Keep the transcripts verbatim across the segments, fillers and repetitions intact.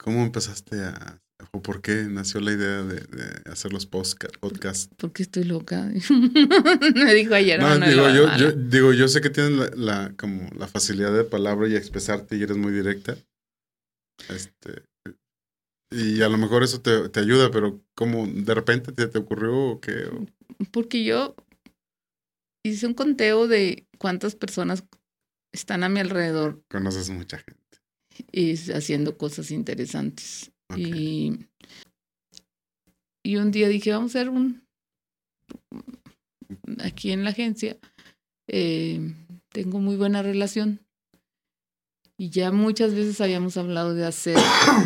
¿Cómo empezaste a, o por qué nació la idea de, de hacer los podcasts? Porque estoy loca. Me dijo ayer. No, no digo, yo, yo, digo, yo sé que tienes la, la, como la facilidad de palabra y expresarte y eres muy directa. Este, y a lo mejor eso te, te ayuda, pero ¿cómo de repente te, te ocurrió o qué? O... Porque yo hice un conteo de cuántas personas están a mi alrededor. Conoces mucha gente. Y haciendo cosas interesantes. Okay. Y, y un día dije, vamos a hacer un... Aquí en la agencia eh, tengo muy buena relación. Y ya muchas veces habíamos hablado de hacer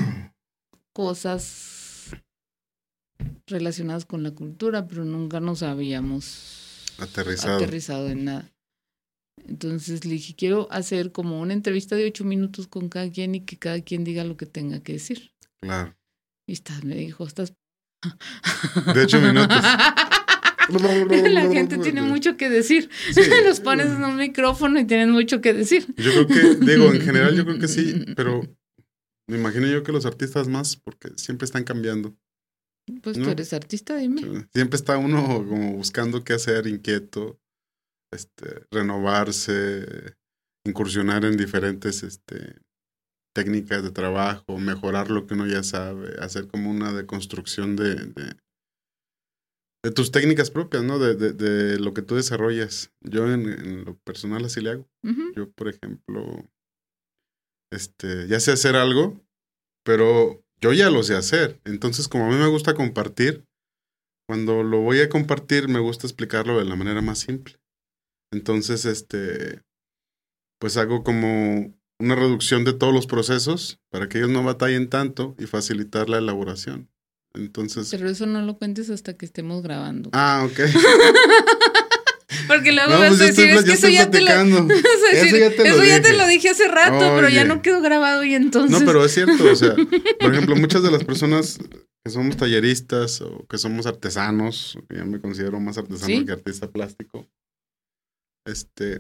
cosas relacionadas con la cultura, pero nunca nos habíamos aterrizado, aterrizado en nada. Entonces le dije, quiero hacer como una entrevista de ocho minutos con cada quien y que cada quien diga lo que tenga que decir. Claro. Y está, me dijo, estás... De ocho minutos. La gente tiene mucho que decir. Sí. Los pones en un micrófono y tienen mucho que decir. Yo creo que, digo, en general yo creo que sí, pero me imagino yo que los artistas más, porque siempre están cambiando. Pues ¿no? Tú eres artista, dime. Siempre está uno como buscando qué hacer, inquieto. Este, renovarse, incursionar en diferentes este, técnicas de trabajo, mejorar lo que uno ya sabe, hacer como una deconstrucción de, de, de tus técnicas propias, ¿no? De, de, de lo que tú desarrollas. Yo en, en lo personal así le hago. Uh-huh. Yo, por ejemplo, este, ya sé hacer algo, pero yo ya lo sé hacer. Entonces, como a mí me gusta compartir, cuando lo voy a compartir, me gusta explicarlo de la manera más simple. Entonces, este, pues hago como una reducción de todos los procesos para que ellos no batallen tanto y facilitar la elaboración. Entonces. Pero eso no lo cuentes hasta que estemos grabando. Ah, ok. Porque luego no, vas pues a decir, estoy, es que eso ya, te lo, decir, eso ya te lo eso dije. ya te lo dije hace rato, Oye. Pero ya no quedó grabado y entonces. No, pero es cierto, o sea, por ejemplo, muchas de las personas que somos talleristas o que somos artesanos, yo me considero más artesano ¿Sí? que artista plástico. Este,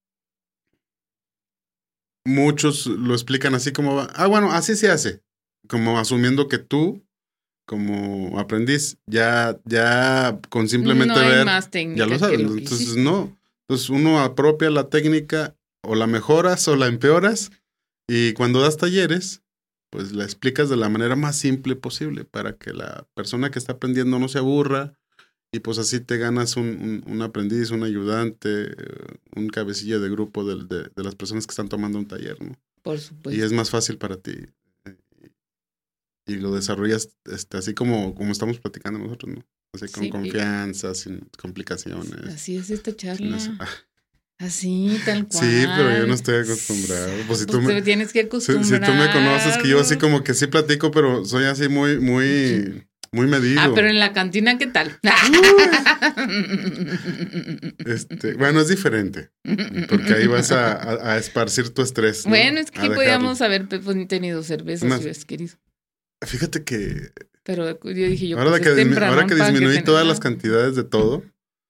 muchos lo explican así como, ah, bueno, así se hace, como asumiendo que tú, como aprendiz, ya, ya con simplemente no hay ver, más técnica ya lo sabes, que lo entonces hiciste. no, entonces uno apropia la técnica, o la mejoras o la empeoras, y cuando das talleres, pues la explicas de la manera más simple posible, para que la persona que está aprendiendo no se aburra, y pues así te ganas un, un, un aprendiz, un ayudante, un cabecilla de grupo de, de, de las personas que están tomando un taller, ¿no? Por supuesto. Y es más fácil para ti. Y lo desarrollas este, así como, como estamos platicando nosotros, ¿no? Así con sí, confianza, y... sin complicaciones. Así es esta charla. Así, tal cual. Sí, pero yo no estoy acostumbrado. Pues si pues tú te me, tienes que acostumbrar. Si, si tú me conoces, que yo así como que sí platico, pero soy así muy, muy... Sí. Muy medido. Ah, pero en la cantina, ¿qué tal? este, bueno, es diferente. Porque ahí vas a, a, a esparcir tu estrés, ¿no? Bueno, es que aquí podíamos haber tenido cervezas Una, si hubieras querido. Fíjate que... Pero yo dije yo, ahora pues que, es dismi- ahora que disminuí que todas ten... las cantidades de todo,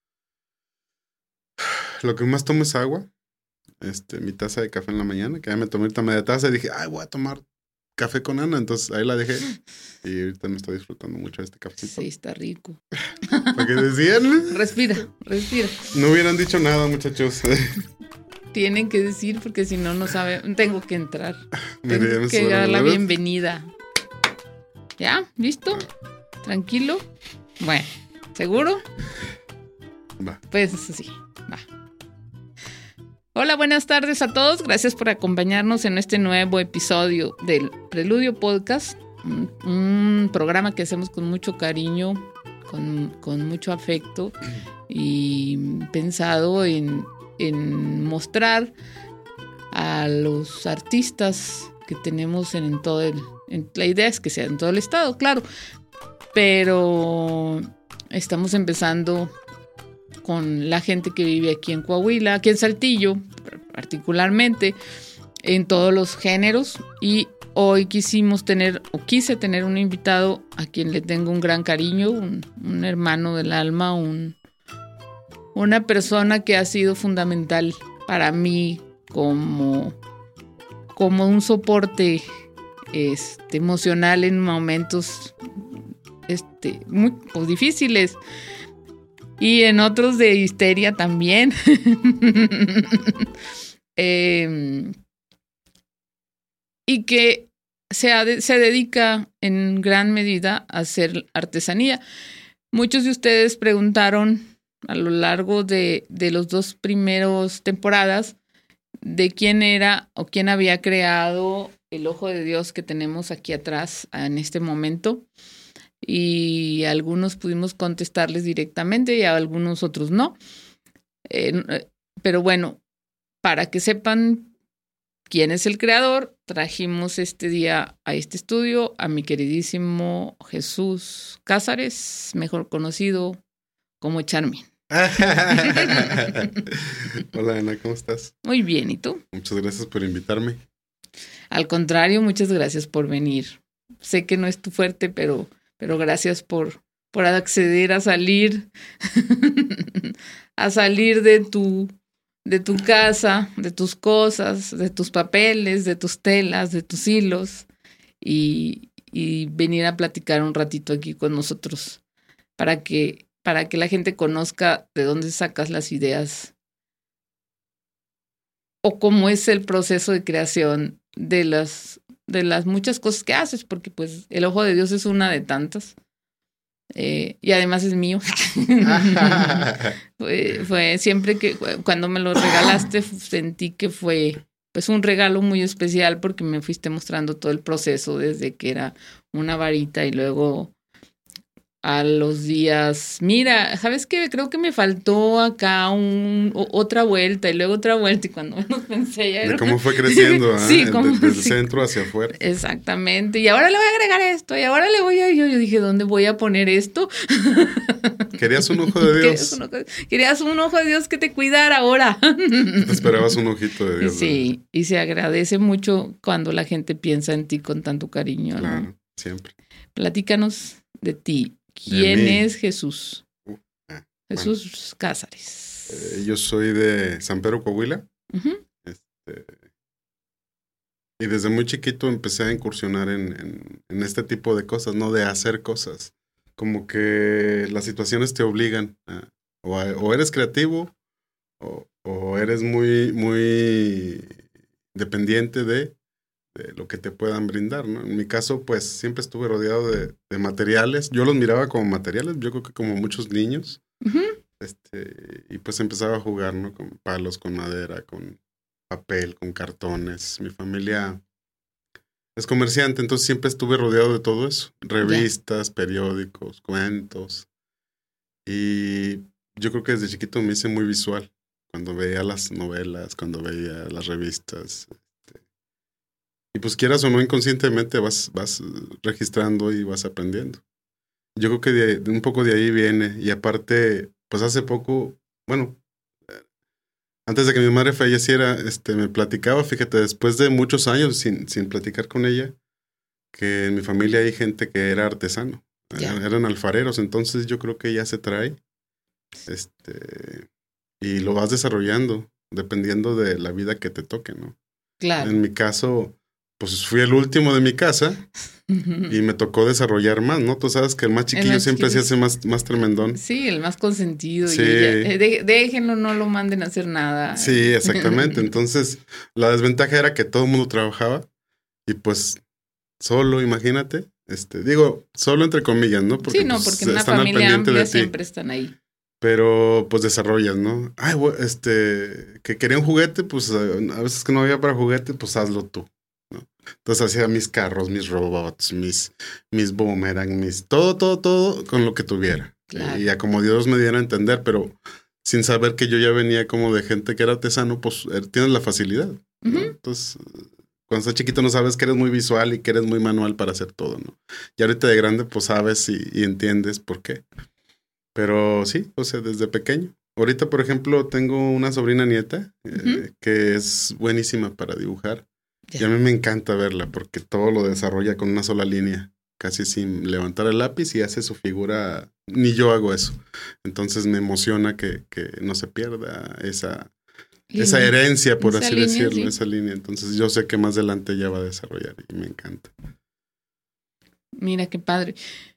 lo que más tomo es agua. Este, mi taza de café en la mañana, que ya me tomé ahorita media taza y dije, ay, voy a tomar café con Ana, entonces ahí la dejé y ahorita me estoy disfrutando mucho de este cafecito. Sí, está rico. ¿Para qué decían? Respira, respira. No hubieran dicho nada, muchachos. Tienen que decir porque si no, no saben. Tengo que entrar. Tengo Mire, que dar la bienvenida. ¿Ya? ¿Listo? ¿Tranquilo? Bueno, ¿seguro? Va. Pues sí, va. Hola, buenas tardes a todos. Gracias por acompañarnos en este nuevo episodio del Preludio Podcast, un, un programa que hacemos con mucho cariño, con, con mucho afecto y pensado en, en mostrar a los artistas que tenemos en, en todo el... En, la idea es que sea en todo el estado, claro, pero estamos empezando con la gente que vive aquí en Coahuila, aquí en Saltillo, particularmente, en todos los géneros. Y hoy quisimos tener, o quise tener un invitado a quien le tengo un gran cariño, un, un hermano del alma, un, una persona que ha sido fundamental para mí como, como un soporte este, emocional en momentos este, muy pues, difíciles. Y en otros de histeria también. eh, y que se, se dedica en gran medida a hacer artesanía. Muchos de ustedes preguntaron a lo largo de, de los dos primeros temporadas de quién era o quién había creado el ojo de Dios que tenemos aquí atrás en este momento. Y algunos pudimos contestarles directamente y a algunos otros no. Eh, pero bueno, para que sepan quién es el creador, trajimos este día a este estudio a mi queridísimo Jesús Cázares, mejor conocido como Charmin. Hola, Ana, ¿cómo estás? Muy bien, ¿y tú? Muchas gracias por invitarme. Al contrario, muchas gracias por venir. Sé que no es tu fuerte, pero... Pero gracias por, por acceder a salir, a salir de tu, de tu casa, de tus cosas, de tus papeles, de tus telas, de tus hilos y, y venir a platicar un ratito aquí con nosotros para que, para que la gente conozca de dónde sacas las ideas o cómo es el proceso de creación de las de las muchas cosas que haces, porque pues el ojo de Dios es una de tantas. Eh, y además es mío. fue, fue siempre que cuando me lo regalaste sentí que fue pues un regalo muy especial porque me fuiste mostrando todo el proceso desde que era una varita y luego a los días, mira, ¿sabes qué? Creo que me faltó acá un, o, otra vuelta y luego otra vuelta y cuando menos pensé ya era... De cómo fue creciendo, ¿eh? Sí, como, desde el sí. centro hacia afuera. Exactamente, y ahora le voy a agregar esto y ahora le voy a... Yo, yo dije, ¿dónde voy a poner esto? Querías un ojo de Dios. Querías un ojo, querías un ojo de Dios que te cuidara ahora. Te esperabas un ojito de Dios. Sí, ¿no? Y se agradece mucho cuando la gente piensa en ti con tanto cariño. Claro, ¿no? siempre. Platícanos de ti. ¿Quién es Jesús? Uh, ah, Jesús bueno. Cázares. Eh, yo soy de San Pedro, Coahuila. Uh-huh. Este, y desde muy chiquito empecé a incursionar en, en, en este tipo de cosas, ¿no? De hacer cosas. Como que las situaciones te obligan. A, o, a, o eres creativo o, o eres muy, muy dependiente de... de lo que te puedan brindar, ¿no? En mi caso, pues, siempre estuve rodeado de, de materiales. Yo los miraba como materiales, yo creo que como muchos niños. Uh-huh. Este, y pues empezaba a jugar, ¿no? Con palos, con madera, con papel, con cartones. Mi familia es comerciante, entonces siempre estuve rodeado de todo eso. Revistas, yeah. periódicos, cuentos. Y yo creo que desde chiquito me hice muy visual. Cuando veía las novelas, cuando veía las revistas... Y pues quieras o no, inconscientemente vas, vas registrando y vas aprendiendo. Yo creo que de, de un poco de ahí viene. Y aparte, pues hace poco, bueno, antes de que mi madre falleciera, este, me platicaba, fíjate, después de muchos años sin, sin platicar con ella, que en mi familia hay gente que era artesano. Yeah. Eran, eran alfareros, entonces yo creo que ya se trae. Este, y lo vas desarrollando, dependiendo de la vida que te toque, ¿no? Claro. En mi caso... pues fui el último de mi casa y me tocó desarrollar más, ¿no? Tú sabes que el más chiquillo el más siempre chiquillo. se hace más, más tremendón. Sí, el más consentido. Sí. Y ella, de, déjenlo, no lo manden a hacer nada. Sí, exactamente. Entonces, la desventaja era que todo el mundo trabajaba y pues solo, imagínate, este, digo, solo entre comillas, ¿no? Porque, sí, no, porque pues, en una familia amplia siempre están ahí. Pero pues desarrollas, ¿no? Ay, este, que quería un juguete, pues a veces que no había para juguete, pues hazlo tú. ¿no? Entonces hacía mis carros, mis robots, mis, mis boomerang, mis todo, todo, todo con lo que tuviera. Claro. Y a como Dios me diera a entender, pero sin saber que yo ya venía como de gente que era artesano, pues tienes la facilidad. ¿no? Uh-huh. Entonces, cuando estás chiquito no sabes que eres muy visual y que eres muy manual para hacer todo, ¿no? Y ahorita de grande, pues sabes y, y entiendes por qué. Pero sí, o sea, desde pequeño. Ahorita, por ejemplo, tengo una sobrina nieta eh, uh-huh. que es buenísima para dibujar. Yeah. Y a mí me encanta verla porque todo lo desarrolla con una sola línea, casi sin levantar el lápiz y hace su figura. Ni yo hago eso. Entonces me emociona que, que no se pierda esa, esa herencia, por esa así línea, decirlo, sí. esa línea. Entonces yo sé que más adelante ya va a desarrollar y me encanta. Mira qué padre.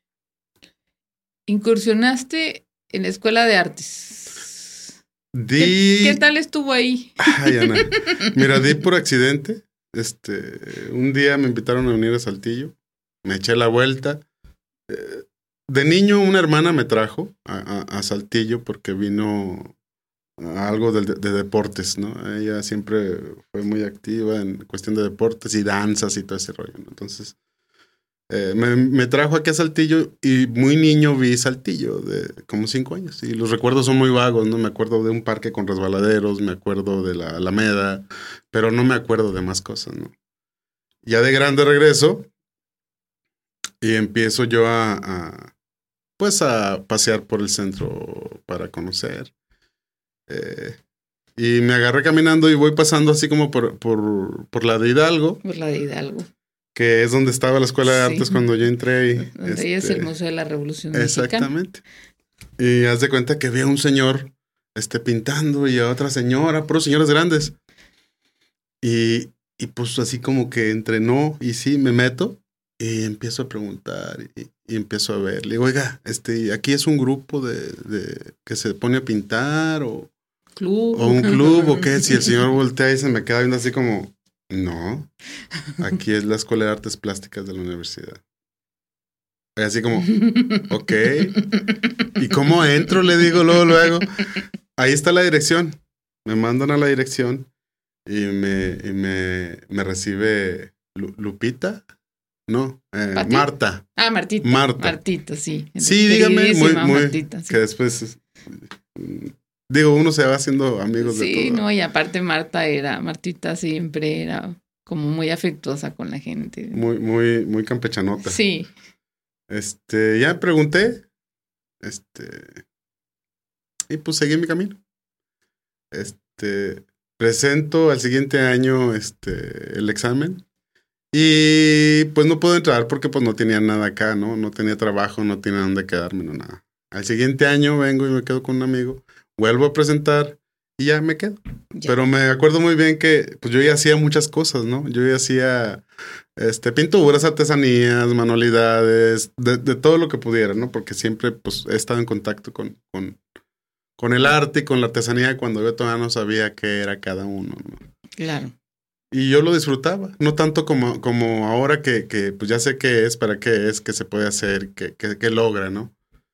Incursionaste en la escuela de artes. Di... ¿Qué, qué tal estuvo ahí? Ay, Ana. Mira, di por accidente. Este, un día me invitaron a unir a Saltillo. Me eché la vuelta. Eh, de niño una hermana me trajo a, a, a Saltillo porque vino a algo de, de deportes, ¿no? Ella siempre fue muy activa en cuestión de deportes y danzas y todo ese rollo, ¿no? Entonces, eh, me, me trajo aquí a Saltillo y muy niño vi Saltillo, de como cinco años. Y los recuerdos son muy vagos, ¿no? Me acuerdo de un parque con resbaladeros, me acuerdo de la Alameda, pero no me acuerdo de más cosas, ¿no? Ya de grande regreso y empiezo yo a, a pues a pasear por el centro para conocer. Eh, y me agarré caminando y voy pasando así como por, por, por la de Hidalgo. Por la de Hidalgo. Que es donde estaba la Escuela de Sí. Artes cuando yo entré. Y, donde este, es el Museo de la Revolución exactamente. Mexicana. Y haz de cuenta que había un señor este, pintando y a otra señora, puros señores grandes. Y, y pues así como que entrenó y sí, me meto. Y empiezo a preguntar y, y empiezo a ver. Le digo, oiga, este, aquí es un grupo de, de que se pone a pintar o, club. o un club o qué. Si el señor voltea y se me queda viendo así como, no, aquí es la Escuela de Artes Plásticas de la universidad. Y así como, ok. ¿Y cómo entro? Le digo luego, luego. Ahí está la dirección. Me mandan a la dirección y me, y me, me recibe Lu, Lupita. No, eh, Marta. Ah, Martita. Marta. Martita, sí. Sí, dígame, muy, muy, Martita, sí. que después, digo, uno se va haciendo amigos sí, de todo. Sí, no, y aparte Marta era, Martita siempre era como muy afectuosa con la gente. Muy, muy, muy campechanota. Sí. Este, ya pregunté, este, y pues seguí mi camino. Este, presento al siguiente año, este, el examen. Y pues no puedo entrar porque pues no tenía nada acá, ¿no? No tenía trabajo, no tenía dónde quedarme, no nada. Al siguiente año vengo y me quedo con un amigo, vuelvo a presentar y ya me quedo. Ya. Pero me acuerdo muy bien que pues yo ya hacía muchas cosas, ¿no? Yo ya hacía este, pinturas, artesanías, manualidades, de, de todo lo que pudiera, ¿no? Porque siempre pues he estado en contacto con, con, con el arte y con la artesanía cuando yo todavía no sabía qué era cada uno, ¿no? Claro. Y yo lo disfrutaba, no tanto como, como ahora que, que pues ya sé qué es, para qué es, qué se puede hacer, qué, qué, qué logra, ¿no?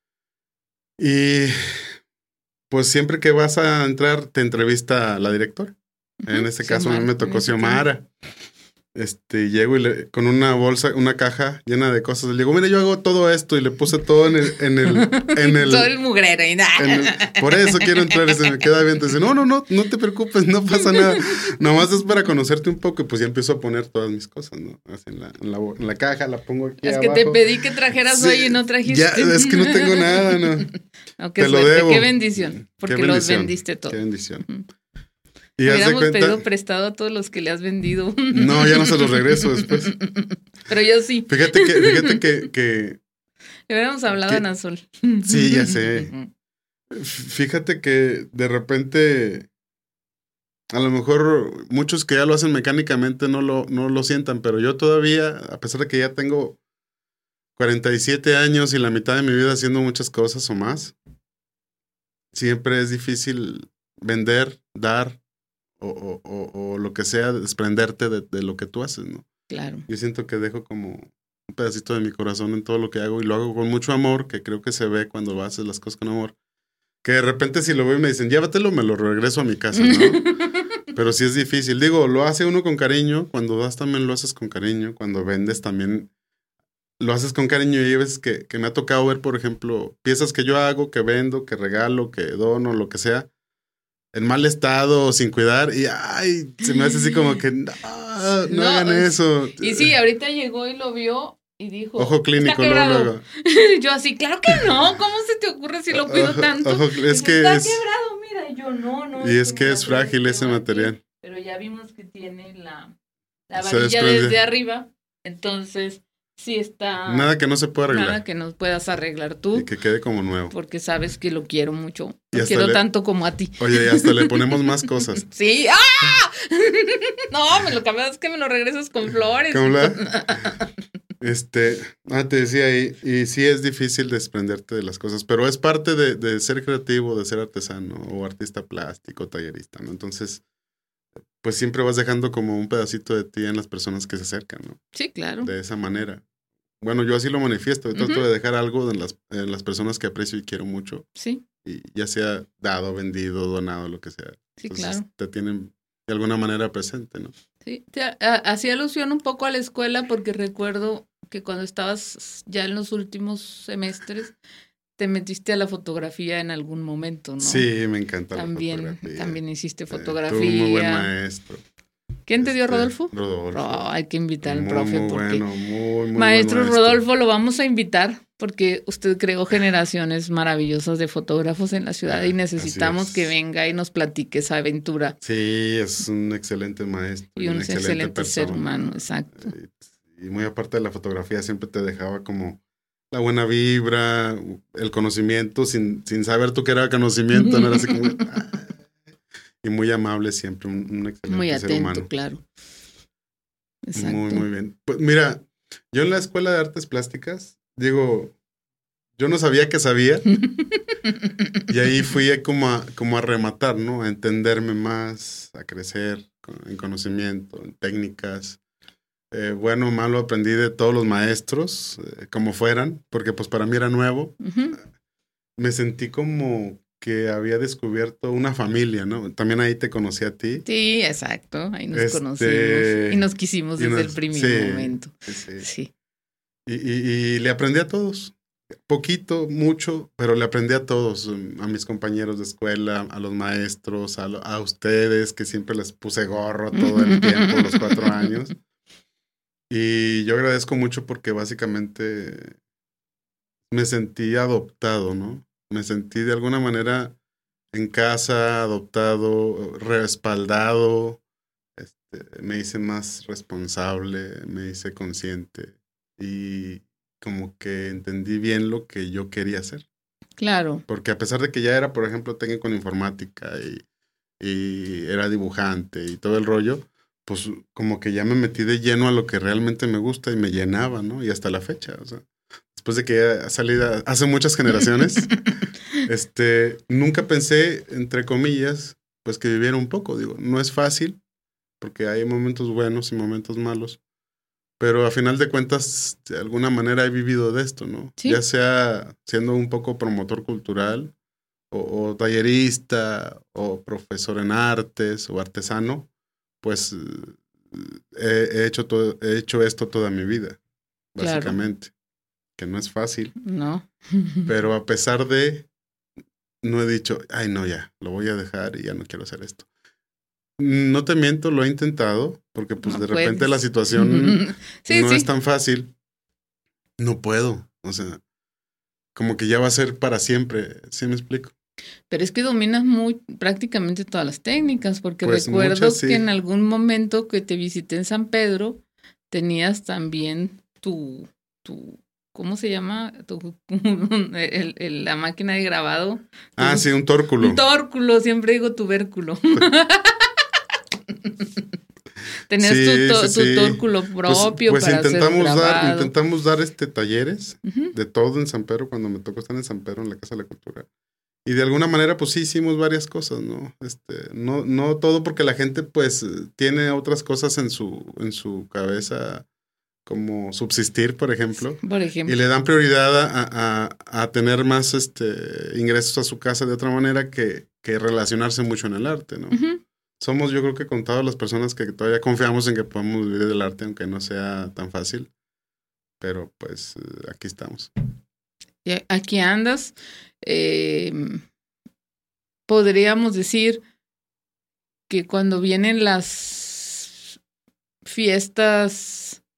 Y pues siempre que vas a entrar te entrevista la directora. Uh-huh. En este caso Xiomara, a mí me tocó Xiomara. Este, llego y le, con una bolsa, una caja llena de cosas. Le digo, mira, yo hago todo esto y le puse todo en el... En el, en el todo el mugrero y nada. El, por eso quiero entrar y se me queda bien. Entonces, no, no, no, no te preocupes, no pasa nada. Nomás es para conocerte un poco y pues ya empiezo a poner todas mis cosas, ¿no? Así en, la, en, la, en la caja, la pongo aquí Es abajo. que te pedí que trajeras sí, hoy y no trajiste. Ya, es que no tengo nada, ¿no? Oh, qué te suerte, lo debo. Qué bendición, porque qué bendición, los vendiste todo. Qué bendición. Uh-huh. Y hubiéramos cuenta, pedido prestado a todos los que le has vendido. No, ya no se los regreso después. Pero yo sí. Fíjate que, fíjate que, que le hubiéramos hablado a Ana Sol. Sí, ya sé. Fíjate que de repente, a lo mejor muchos que ya lo hacen mecánicamente no lo, no lo sientan, pero yo todavía, a pesar de que ya tengo cuarenta y siete años y la mitad de mi vida haciendo muchas cosas o más, siempre es difícil vender, dar, O, o, o, o lo que sea, desprenderte de, de lo que tú haces, ¿no? Claro. Yo siento que dejo como un pedacito de mi corazón en todo lo que hago y lo hago con mucho amor, que creo que se ve cuando haces las cosas con amor. Que de repente si lo veo y me dicen, llévatelo, me lo regreso a mi casa, ¿no? Pero sí es difícil. Digo, lo hace uno con cariño, cuando das también lo haces con cariño, cuando vendes también lo haces con cariño y hay veces que, que me ha tocado ver, por ejemplo, piezas que yo hago, que vendo, que regalo, que dono, lo que sea, en mal estado, sin cuidar, y ay, se me hace así como que no, no, no hagan eso. Y sí, ahorita llegó y lo vio y dijo, ojo clínico, luego, luego. Yo así, claro que no, ¿cómo se te ocurre si lo cuido tanto? Ojo, es que está es, quebrado, mira, y yo no, no. Y es, es que, que es frágil ese material. Pero ya vimos que tiene la, la varilla desde arriba, entonces sí está... Nada que no se pueda arreglar. Nada que no puedas arreglar tú. Y que quede como nuevo. Porque sabes que lo quiero mucho. Y Lo hasta quiero le- tanto como a ti. Oye, y hasta le ponemos más cosas. Sí. ¡Ah! No, me lo cambias, es que me lo regresas con flores. ¿Cómo la? Este, ah, te decía ahí, y sí es difícil desprenderte de las cosas, pero es parte de, de ser creativo, de ser artesano o artista plástico, tallerista, ¿no? Entonces, pues siempre vas dejando como un pedacito de ti en las personas que se acercan, ¿no? Sí, claro. De esa manera. Bueno, yo así lo manifiesto, yo trato Ujú. de dejar algo en las, en las personas que aprecio y quiero mucho, Sí, y ya sea dado, vendido, donado, lo que sea. sí, Entonces, claro. te tienen de alguna manera presente, ¿no? Sí, te- a- a- hacía alusión un poco a la escuela porque recuerdo que cuando estabas ya en los últimos semestres te metiste a la fotografía en algún momento, ¿no? Sí, me encanta También, la fotografía. también hiciste Eh, fotografía. tuve un muy buen maestro. ¿Quién te dio, Este, Rodolfo? Rodolfo. Oh, hay que invitar al Muy, profe muy porque bueno, muy, muy maestro buen maestro. Rodolfo lo vamos a invitar porque usted creó generaciones maravillosas de fotógrafos en la ciudad y necesitamos Así es. que venga y nos platique esa aventura Sí, es un excelente maestro. y un una excelente ser persona. humano, exacto. Y, y muy aparte de la fotografía, siempre te dejaba como la buena vibra, el conocimiento, sin, sin saber tú que era conocimiento, no era así como... ah, y muy amable siempre, un, un excelente Muy ser atento, humano. claro. Exacto. Muy, muy bien. Pues mira, yo en la Escuela de Artes Plásticas, digo, yo no sabía que sabía. Y ahí fui a como a, como a rematar, ¿no? A entenderme más, a crecer con- en conocimiento, en técnicas. Eh, bueno o malo aprendí de todos los maestros, eh, como fueran, porque pues para mí era nuevo. Ujú. Me sentí como que había descubierto una familia, ¿no? También ahí te conocí a ti. Sí, exacto. Ahí nos Este, conocimos y nos quisimos y desde nos- el primer sí, momento. Sí, sí. Sí. Y, y- y le aprendí a todos. Poquito, mucho, pero le aprendí a todos, a mis compañeros de escuela, a los maestros, a, lo- a ustedes, que siempre les puse gorro todo el tiempo, los cuatro años. Y yo agradezco mucho porque básicamente me sentí adoptado, ¿no? Me sentí de alguna manera en casa, adoptado, respaldado. Este, me hice más responsable, me hice consciente y como que entendí bien lo que yo quería hacer. Claro. Porque a pesar de que ya era, por ejemplo, técnico en informática y, y era dibujante y todo el rollo, pues como que ya me metí de lleno a lo que realmente me gusta y me llenaba, ¿no? Y hasta la fecha, o sea, después de que ya salí de- hace muchas generaciones, este, nunca pensé, entre comillas, pues que viviera un poco, digo, no es fácil, porque hay momentos buenos y momentos malos, pero a final de cuentas, de alguna manera he vivido de esto, ¿no? Sí. Ya sea siendo un poco promotor cultural, o, o tallerista, o profesor en artes, o artesano, pues eh, he, he hecho todo, he hecho esto toda mi vida, Claro. básicamente, que no es fácil, No. pero a pesar de, no he dicho, ay no, ya, lo voy a dejar y ya no quiero hacer esto. No te miento, lo he intentado, porque pues No de repente puedes. la situación Sí, no sí. es tan fácil. No puedo, o sea, como que ya va a ser para siempre, ¿sí me explico? Pero es que dominas muy prácticamente todas las técnicas, porque Pues recuerdo muchas, sí. que en algún momento que te visité en San Pedro, tenías también tu, tu ¿cómo se llama? Tu, el- el- la máquina de grabado. Ah, Tu- sí, un tórculo. Un tórculo, siempre digo tubérculo. Tenías Sí, tu, to- sí, tu sí. tórculo Pues, propio pues para intentamos hacer dar, grabado. intentamos dar este talleres Ujú. de todo en San Pedro, cuando me tocó estar en San Pedro, en la Casa de la Cultura. Y de alguna manera, pues sí hicimos varias cosas, ¿no? Este, no, no todo porque la gente, pues, tiene otras cosas en su, en su cabeza, como subsistir, por ejemplo. Por ejemplo. Y le dan prioridad a, a, a tener más este, ingresos a su casa de otra manera que, que relacionarse mucho en el arte, ¿no? Ujú. Somos, yo creo que contadas las personas que todavía confiamos en que podemos vivir del arte, aunque no sea tan fácil. Pero pues eh, aquí estamos. Y aquí andas. Eh, podríamos decir que cuando vienen las fiestas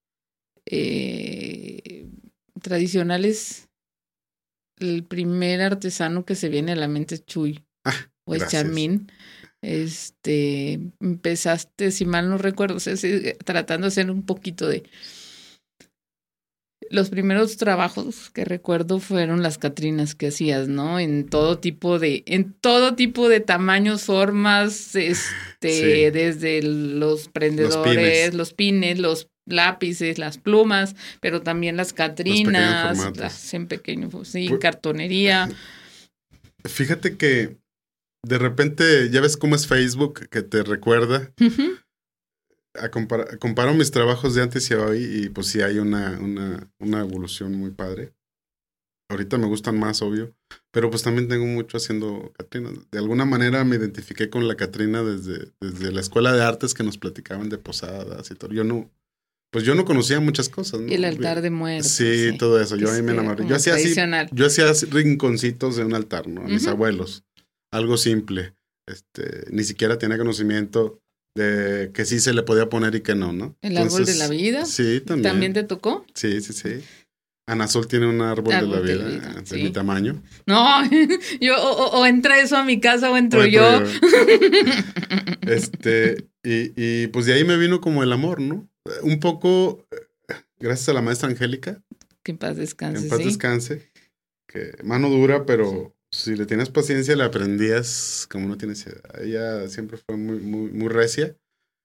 eh, tradicionales, el primer artesano que se viene a la mente es Chuy Ah, o es gracias. Charmín. Este, empezaste, si mal no recuerdo, o sea, sí, tratando de hacer un poquito de Los primeros trabajos que recuerdo fueron las Catrinas que hacías, ¿no? En todo tipo de, en todo tipo de tamaños, formas, este, sí. Desde los prendedores, los pines. los pines, los lápices, las plumas, pero también las Catrinas, las en pequeño, sí, en cartonería. Fíjate que de repente, ya ves cómo es Facebook, que te recuerda. Uh-huh. A compar- comparo mis trabajos de antes y hoy y pues sí hay una, una, una evolución muy padre. Ahorita me gustan más, obvio, pero pues también tengo mucho haciendo Catrinas. De alguna manera me identifiqué con la Catrina desde, desde la escuela de artes que nos platicaban de posadas y todo. Yo no, pues yo no conocía muchas cosas, ¿no? Y el altar de muertos. Sí, sí. Todo eso. Yo ahí me enamoré. Yo hacía así, yo hacía rinconcitos de un altar, ¿no? A mis uh-huh. abuelos. Algo simple. Este, ni siquiera tenía conocimiento de que sí se le podía poner y que no, ¿no? ¿El Entonces, árbol de la vida? Sí, también. ¿También te tocó? Sí, sí, sí. Ana Sol tiene un árbol, árbol de la vida, de, vida, de sí. mi tamaño. No, yo o, o entra eso a mi casa o entro, o entro yo. yo. Este, y, y pues de ahí me vino como el amor, ¿no? Un poco, gracias a la maestra Angélica. Que en paz descanse, Que en paz ¿sí? descanse. Que mano dura, pero si le tienes paciencia, le aprendías como no tienes idea. Ella siempre fue muy, muy, muy recia.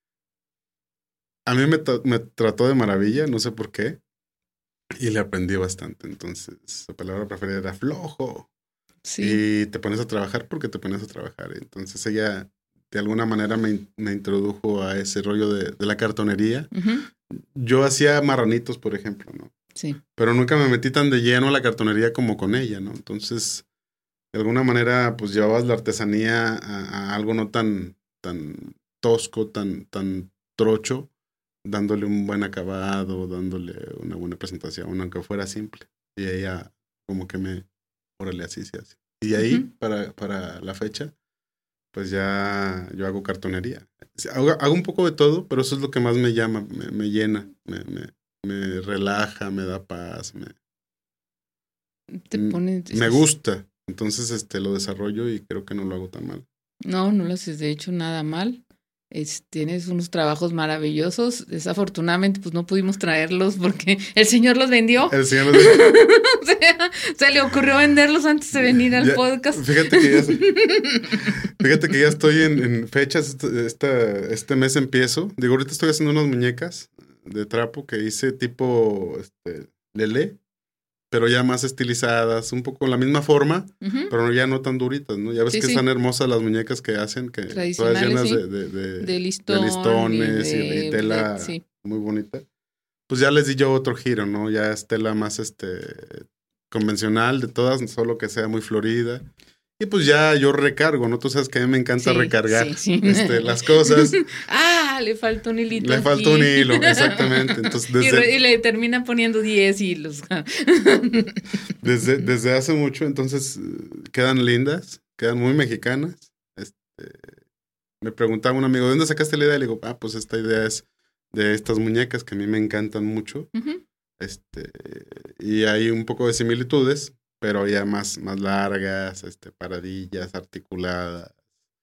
A mí me, t- me trató de maravilla, no sé por qué. Y le aprendí bastante. Entonces, su palabra preferida era flojo. Sí. Y te pones a trabajar porque te pones a trabajar. Entonces, ella de alguna manera me, me introdujo a ese rollo de, de la cartonería. Uh-huh. Yo hacía marranitos, por ejemplo, ¿no? Sí. Pero nunca me metí tan de lleno a la cartonería como con ella, ¿no? Entonces, de alguna manera, pues llevabas la artesanía a, a algo no tan, tan tosco, tan, tan trocho, dándole un buen acabado, dándole una buena presentación, aunque fuera simple. Y ella como que me, órale, así se hace. Y ahí, uh-huh. para, para la fecha, pues ya yo hago cartonería. Hago, hago un poco de todo, pero eso es lo que más me llama, me, me llena, me, me, me relaja, me da paz, me, Te pone, me gusta. Entonces este lo desarrollo y creo que no lo hago tan mal. No, no lo haces de hecho nada mal. Es, tienes unos trabajos maravillosos. Desafortunadamente, pues no pudimos traerlos porque el señor los vendió. El señor los vendió. O sea, se le ocurrió venderlos antes de venir al ya, podcast. Fíjate que ya, fíjate que ya estoy en, en fechas. Esta, este mes empiezo. Digo, ahorita estoy haciendo unas muñecas de trapo que hice tipo este, Lele, pero ya más estilizadas, un poco la misma forma, uh-huh. pero ya no tan duritas, ¿no? Ya ves sí, que sí. están hermosas las muñecas que hacen, que todas llenas sí. de, de, de, de, listón, de listones y de, y de tela de, sí. muy bonita. Pues ya les di yo otro giro, ¿no? Ya es tela más este convencional de todas, solo que sea muy florida. Y pues ya yo recargo, ¿no? Tú sabes que a mí me encanta sí, recargar sí, sí. Este, las cosas. Ah, le faltó un hilito. Le aquí. faltó un hilo, exactamente. Entonces, desde, y, re, y le termina poniendo diez hilos. desde, desde hace mucho, entonces quedan lindas, quedan muy mexicanas. Este, me preguntaba un amigo, ¿de dónde sacaste la idea? Y le digo, ah, pues esta idea es de estas muñecas que a mí me encantan mucho. Uh-huh. Este, y hay un poco de similitudes, pero ya más, más largas, este, paradillas, articuladas.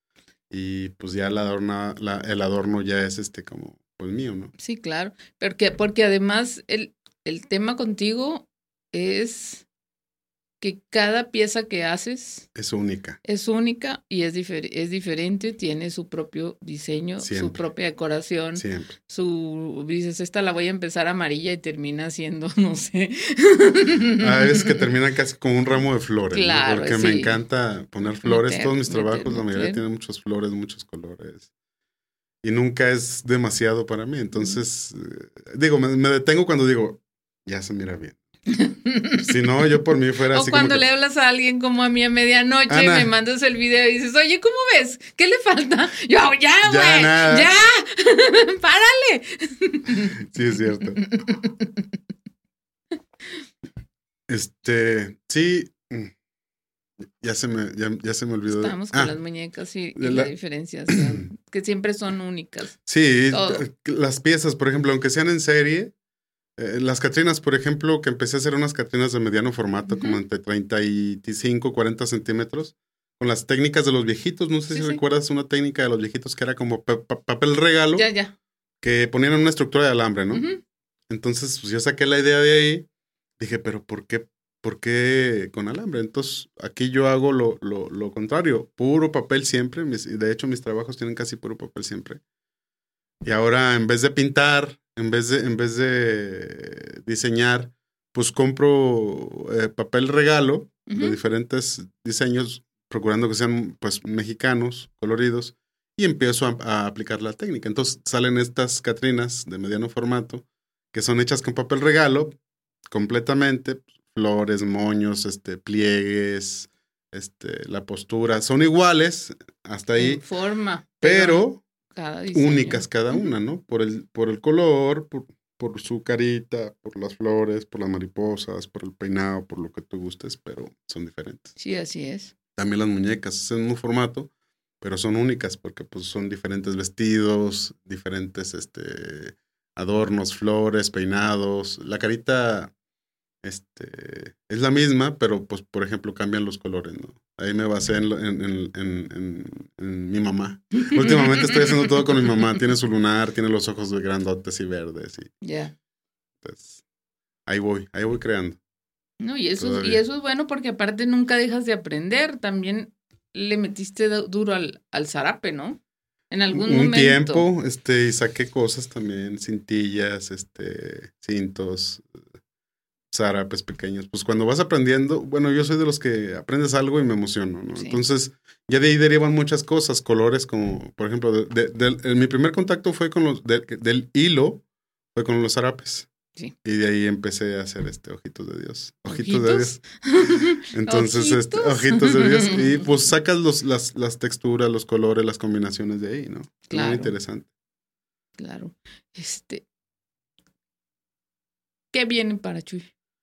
Y pues ya el adorno, la, el adorno ya es este como pues mío, ¿no? Sí, claro. Porque, porque además el, el tema contigo es que cada pieza que haces es única. Es única y es, difer- es diferente, tiene su propio diseño, Siempre. su propia decoración. Siempre. Su, dices, esta la voy a empezar amarilla y termina siendo, no sé. A veces que termina casi como un ramo de flores, claro, ¿no? Porque sí. me encanta poner flores. Meter, Todos mis trabajos, meter, la mayoría meter. tienen muchas flores, muchos colores. Y nunca es demasiado para mí. Entonces, mm. digo, me, me detengo cuando digo, ya se mira bien. Si no, yo por mí fuera o así cuando como que, le hablas a alguien como a mí a medianoche Ana, y me mandas el video y dices, oye, ¿cómo ves? ¿Qué le falta? Yo, ya, güey, ya, ya. Párale. Sí, es cierto. Este, sí, ya se me, ya, ya se me olvidó. Estamos con ah, las muñecas y, y la, la diferenciación, que siempre son únicas. Sí, Todo. Las piezas, por ejemplo, aunque sean en serie, Eh, las Catrinas, por ejemplo, que empecé a hacer unas Catrinas de mediano formato, uh-huh. como entre treinta y cinco, cuarenta centímetros, con las técnicas de los viejitos. No sé sí, si sí. recuerdas una técnica de los viejitos que era como pa- pa- papel regalo, ya, ya. que ponían en una estructura de alambre, ¿no? Uh-huh. Entonces, pues yo saqué la idea de ahí dije, pero ¿por qué, por qué con alambre? Entonces, aquí yo hago lo, lo, lo contrario, puro papel siempre. Mis, de hecho, mis trabajos tienen casi puro papel siempre. Y ahora, en vez de pintar, en vez de, en vez de diseñar, pues compro eh, papel regalo uh-huh. de diferentes diseños, procurando que sean pues mexicanos, coloridos, y empiezo a, a aplicar la técnica. Entonces salen estas Catrinas de mediano formato, que son hechas con papel regalo, completamente, flores, moños, este, pliegues, este, la postura, son iguales, hasta ahí. En forma. Pero... Cada únicas cada una, ¿no? Por el, por el color, por, por su carita, por las flores, por las mariposas, por el peinado, por lo que tú gustes, pero son diferentes. Sí, así es. También las muñecas, es en un formato, pero son únicas porque pues son diferentes vestidos, diferentes este, adornos, flores, peinados. La carita este, es la misma, pero pues por ejemplo cambian los colores, ¿no? Ahí me basé en, en, en, en, en, en mi mamá. Últimamente estoy haciendo todo con mi mamá. Tiene su lunar, tiene los ojos grandotes y verdes. Y, ya. Yeah. Entonces, ahí voy, ahí voy creando. No, y eso, y eso es bueno porque aparte nunca dejas de aprender. También le metiste duro al, al zarape, ¿no? En algún Un momento. Un tiempo, este, y saqué cosas también, cintillas, este, cintos, zarapes pequeños. Pues cuando vas aprendiendo, bueno, yo soy de los que aprendes algo y me emociono, ¿no? Sí. Entonces, ya de ahí derivan muchas cosas, colores como, por ejemplo, de, de, de, de, mi primer contacto fue con los, de, del hilo, fue con los zarapes. Sí. Y de ahí empecé a hacer este ojitos de Dios. Ojitos, ¿Ojitos? de Dios. Entonces, ¿Ojitos? este, ojitos de Dios. Y pues sacas los, las, las texturas, los colores, las combinaciones de ahí, ¿no? Claro. Muy interesante. Claro. Este. ¿Qué viene para Chuy?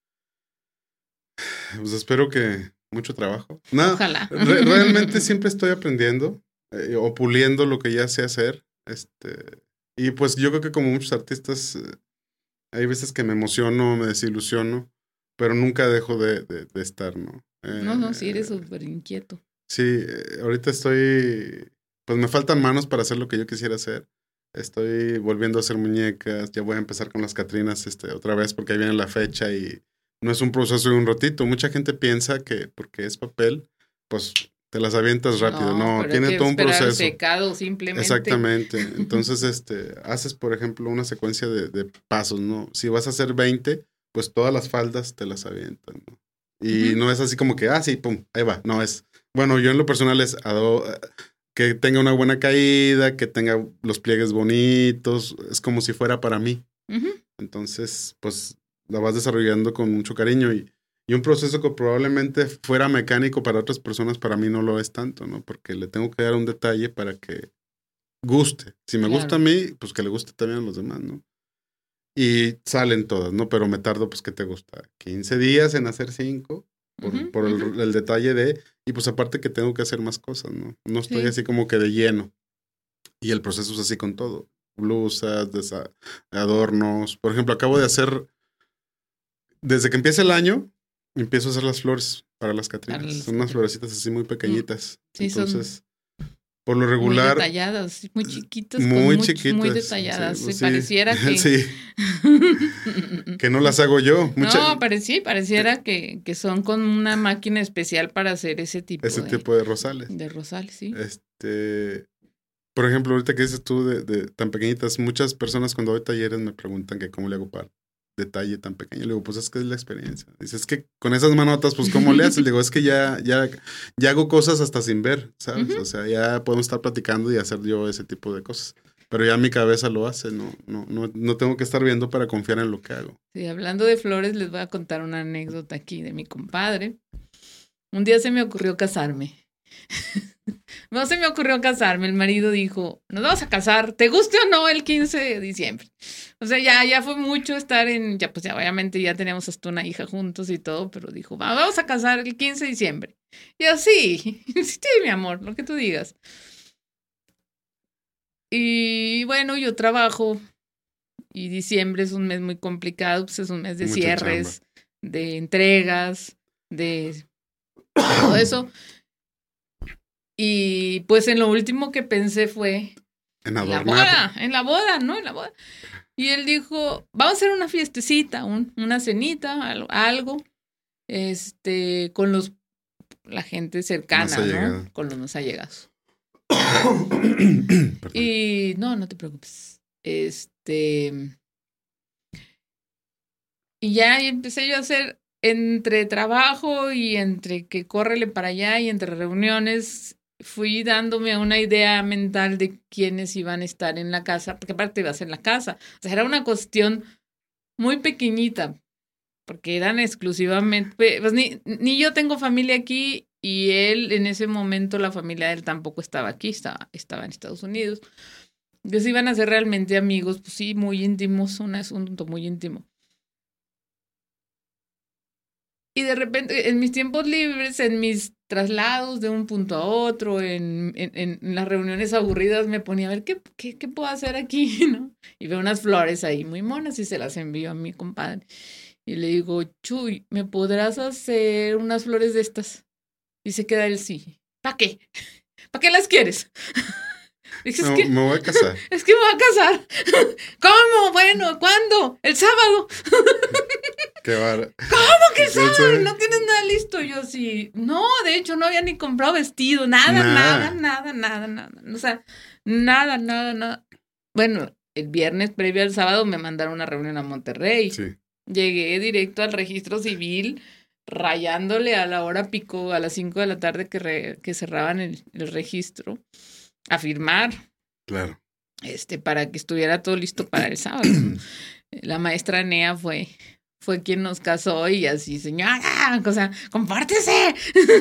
Pues espero que mucho trabajo. No, Ojalá. Re- realmente siempre estoy aprendiendo eh, o puliendo lo que ya sé hacer. Este, y pues yo creo que como muchos artistas, eh, hay veces que me emociono, me desilusiono, pero nunca dejo de, de, de estar, ¿no? Eh, no, no, sí eres súper inquieto. Sí, eh, ahorita estoy, pues me faltan manos para hacer lo que yo quisiera hacer. Estoy volviendo a hacer muñecas, ya voy a empezar con las Catrinas este, otra vez porque ahí viene la fecha y no es un proceso de un ratito. Mucha gente piensa que porque es papel, pues te las avientas rápido. No, no tiene todo un proceso. Secado simplemente. Exactamente. Entonces, este, haces, por ejemplo, una secuencia de, de pasos, ¿no? Si vas a hacer veinte, pues todas las faldas te las avientan, ¿no? Y uh-huh. no es así como que, ah, sí, pum, ahí va. No, es, bueno, yo en lo personal es ado- que tenga una buena caída, que tenga los pliegues bonitos, es como si fuera para mí. Uh-huh. Entonces, pues la vas desarrollando con mucho cariño y, y un proceso que probablemente fuera mecánico para otras personas, para mí no lo es tanto, ¿no? Porque le tengo que dar un detalle para que guste. Si me claro. gusta a mí, pues que le guste también a los demás, ¿no? Y salen todas, ¿no? Pero me tardo, pues, ¿qué te gusta? quince días en hacer cinco, por, uh-huh, por el, uh-huh. el detalle de, y pues aparte que tengo que hacer más cosas, ¿no? No estoy sí. así como que de lleno. Y el proceso es así con todo. Blusas, desa- adornos. Por ejemplo, acabo de hacer, desde que empieza el año, empiezo a hacer las flores para las Catrinas. Para son unas florecitas así muy pequeñitas. Sí, entonces... son... Por lo regular. Muy detalladas, muy chiquitas. Muy con chiquitas. Muy detalladas. Sí, pues sí, sí. Pareciera que. Sí. Que no las hago yo. Mucha... No, pare... sí, pareciera que, que son con una máquina especial para hacer ese tipo ese de. Ese tipo de rosales. De rosales, sí. Este. Por ejemplo, ahorita que dices tú de, de tan pequeñitas, muchas personas cuando doy talleres me preguntan que cómo le hago para detalle tan pequeño. Le digo, pues es que es la experiencia. Dices, es que con esas manotas, pues ¿cómo le haces? Le digo, es que ya, ya, ya hago cosas hasta sin ver, ¿sabes? Uh-huh. O sea, ya podemos estar platicando y hacer yo ese tipo de cosas. Pero ya mi cabeza lo hace, no, no, no, no tengo que estar viendo para confiar en lo que hago. Sí, hablando de flores, les voy a contar una anécdota aquí de mi compadre. Un día se me ocurrió casarme. No se me ocurrió casarme, el marido dijo, nos vamos a casar, ¿te guste o no el quince de diciembre? O sea, ya, ya fue mucho estar en, ya pues ya obviamente ya teníamos hasta una hija juntos y todo, pero dijo, vamos a casar el quince de diciembre. Y yo, sí, sí, mi amor, lo que tú digas. Y bueno, yo trabajo y diciembre es un mes muy complicado, pues es un mes de Mucha cierres, chamba. De entregas, de todo eso. Y pues en lo último que pensé fue en, en la boda, en la boda, ¿no? En la boda. Y él dijo, vamos a hacer una fiestecita, un, una cenita, algo, algo, este, con los, la gente cercana, ¿no? Con los más allegados. Y no, no te preocupes. Este, y ya y empecé yo a hacer entre trabajo y entre que córrele para allá y entre reuniones, fui dándome una idea mental de quiénes iban a estar en la casa, porque aparte iba a ser en la casa. O sea, era una cuestión muy pequeñita, porque eran exclusivamente, pues ni, ni yo tengo familia aquí y él en ese momento, la familia de él tampoco estaba aquí, estaba, estaba en Estados Unidos. Entonces iban a ser realmente amigos, pues sí, muy íntimos, un asunto muy íntimo. Y de repente, en mis tiempos libres, en mis traslados de un punto a otro, en, en, en las reuniones aburridas, me ponía a ver qué, qué, qué puedo hacer aquí, ¿no? Y veo unas flores ahí muy monas y se las envío a mi compadre. Y le digo, Chuy, ¿me podrás hacer unas flores de estas? Y se queda él, sí. ¿Para qué? ¿Para qué las quieres? Dije, no, es que, me voy a casar. Es que me voy a casar. ¿Cómo? Bueno, ¿cuándo? El sábado. Qué bar... ¿Cómo que el sábado? ¿No tienes nada listo? Yo sí. No, de hecho, no había ni comprado vestido. Nada, nada, nada, nada, nada. nada. O sea, nada, nada, nada. Bueno, el viernes previo al sábado me mandaron una reunión a Monterrey. Sí. Llegué directo al registro civil, rayándole a la hora pico, a las cinco de la tarde que, re, que cerraban el, el registro, a firmar. Claro. Este, para que estuviera todo listo para el sábado. La maestra Nea fue, fue quien nos casó y así, señora, o sea, compártese.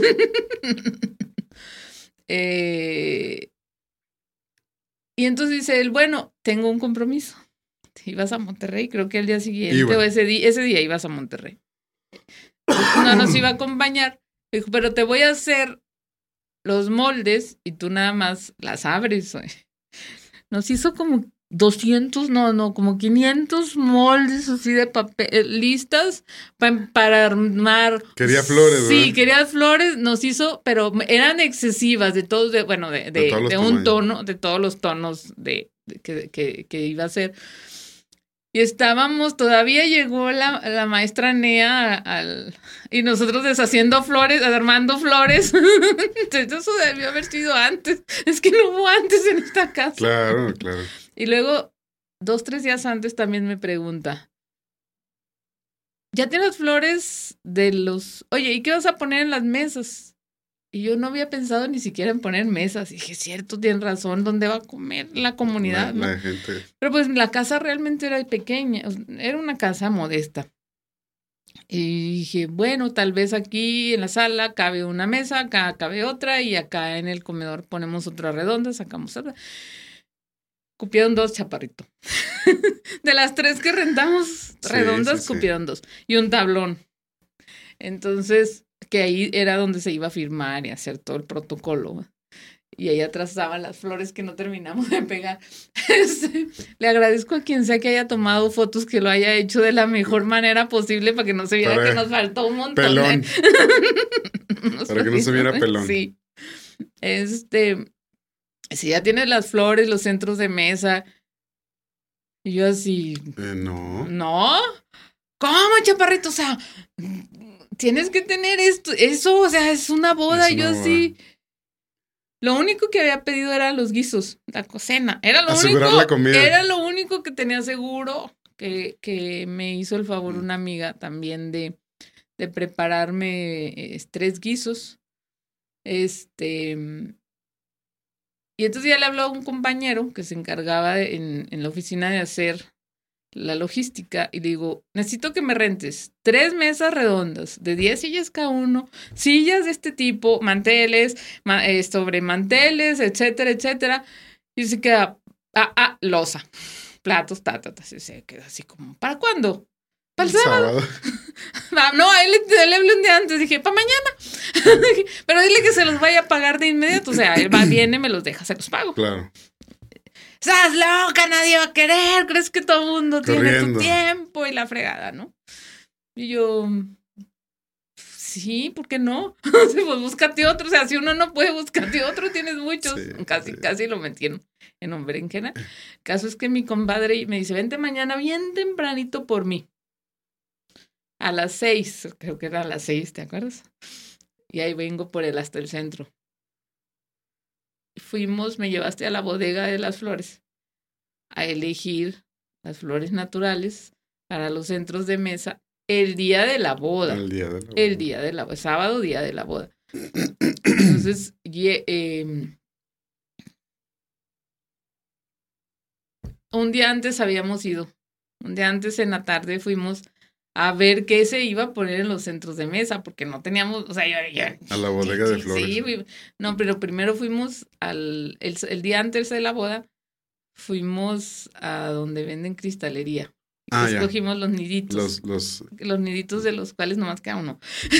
eh, y entonces dice él, bueno, tengo un compromiso. Ibas a Monterrey, creo que el día siguiente Iba. o ese día, ese día ibas a Monterrey. No nos iba a acompañar. Dijo, pero te voy a hacer los moldes y tú nada más las abres. Nos hizo como doscientos, no, no, como quinientos moldes así de papel, listas pa, para armar. Quería flores, ¿verdad? Sí, quería flores, nos hizo, pero eran excesivas de todos, de, bueno, de, de, de, de un tono, de todos los tonos de, de que, que, que iba a ser. Y estábamos, todavía llegó la, la maestra Nea al, y nosotros deshaciendo flores, armando flores. Eso debió haber sido antes. Es que no hubo antes en esta casa. Claro, claro. Y luego, dos, tres días antes también me pregunta, ¿ya tienes flores de los... Oye, ¿y qué vas a poner en las mesas? Y yo no había pensado ni siquiera en poner mesas. Y dije, cierto, tienen razón, ¿dónde va a comer la comunidad? La, ¿no? la gente. Pero pues la casa realmente era pequeña, era una casa modesta. Y dije, bueno, tal vez aquí en la sala cabe una mesa, acá cabe otra, y acá en el comedor ponemos otra redonda, sacamos otra. Cupieron dos, chaparrito. De las tres que rentamos redondas, sí, sí, cupieron sí. dos. Y un tablón. Entonces... que ahí era donde se iba a firmar y hacer todo el protocolo. Y ahí atrás estaban las flores que no terminamos de pegar. Este, le agradezco a quien sea que haya tomado fotos, que lo haya hecho de la mejor manera posible para que no se viera para que nos faltó un montón. Pelón. De... para que no se viera pelón. Sí. Este, si ya tienes las flores, los centros de mesa. Y yo así... Eh, no. ¿No? ¿Cómo, chaparrito? O sea... Tienes que tener esto, eso, o sea, es una boda, es una yo boda. Sí. Lo único que había pedido eran los guisos, la cocina. Era lo Asegurar único. La comida. Era lo único que tenía seguro. Que, que me hizo el favor una amiga también de, de prepararme eh, tres guisos. Este. Y entonces ya le habló a un compañero que se encargaba de, en, en la oficina de hacer la logística, y le digo, necesito que me rentes tres mesas redondas de diez sillas cada uno, sillas de este tipo, manteles, ma, eh, sobre manteles, etcétera, etcétera, y se queda, ah, ah, losa, platos, ta, ta, ta, se queda así como, ¿para cuándo? ¿Para el, el sábado? sábado. No, a él le hablé un día antes, dije, para mañana, pero dile que se los vaya a pagar de inmediato, o sea, él va, viene, me los deja, se los pago. Claro. ¡Estás loca! Nadie va a querer. ¿Crees que todo el mundo Corriendo. tiene tu tiempo? Y la fregada, ¿no? Y yo... sí, ¿por qué no? Pues búscate otro, o sea, si uno no puede, búscate otro, tienes muchos. Sí, casi, sí. casi lo metí en, en un berenjena. El caso es que mi compadre me dice, vente mañana bien tempranito por mí. A las seis, creo que era a las seis, ¿te acuerdas? Y ahí vengo por él hasta el centro. Fuimos, me llevaste a la bodega de las flores a elegir las flores naturales para los centros de mesa el día de la boda. El día de la boda. El día de la boda, sábado, día de la boda. Entonces, eh, un día antes habíamos ido. Un día antes en la tarde fuimos a ver qué se iba a poner en los centros de mesa, porque no teníamos, o sea, ya, ya a la bodega de flores. Sí, no, pero primero fuimos al, el, el día antes de la boda, fuimos a donde venden cristalería. Ah, escogimos ya. los niditos. Los, los... los niditos de los cuales nomás queda uno.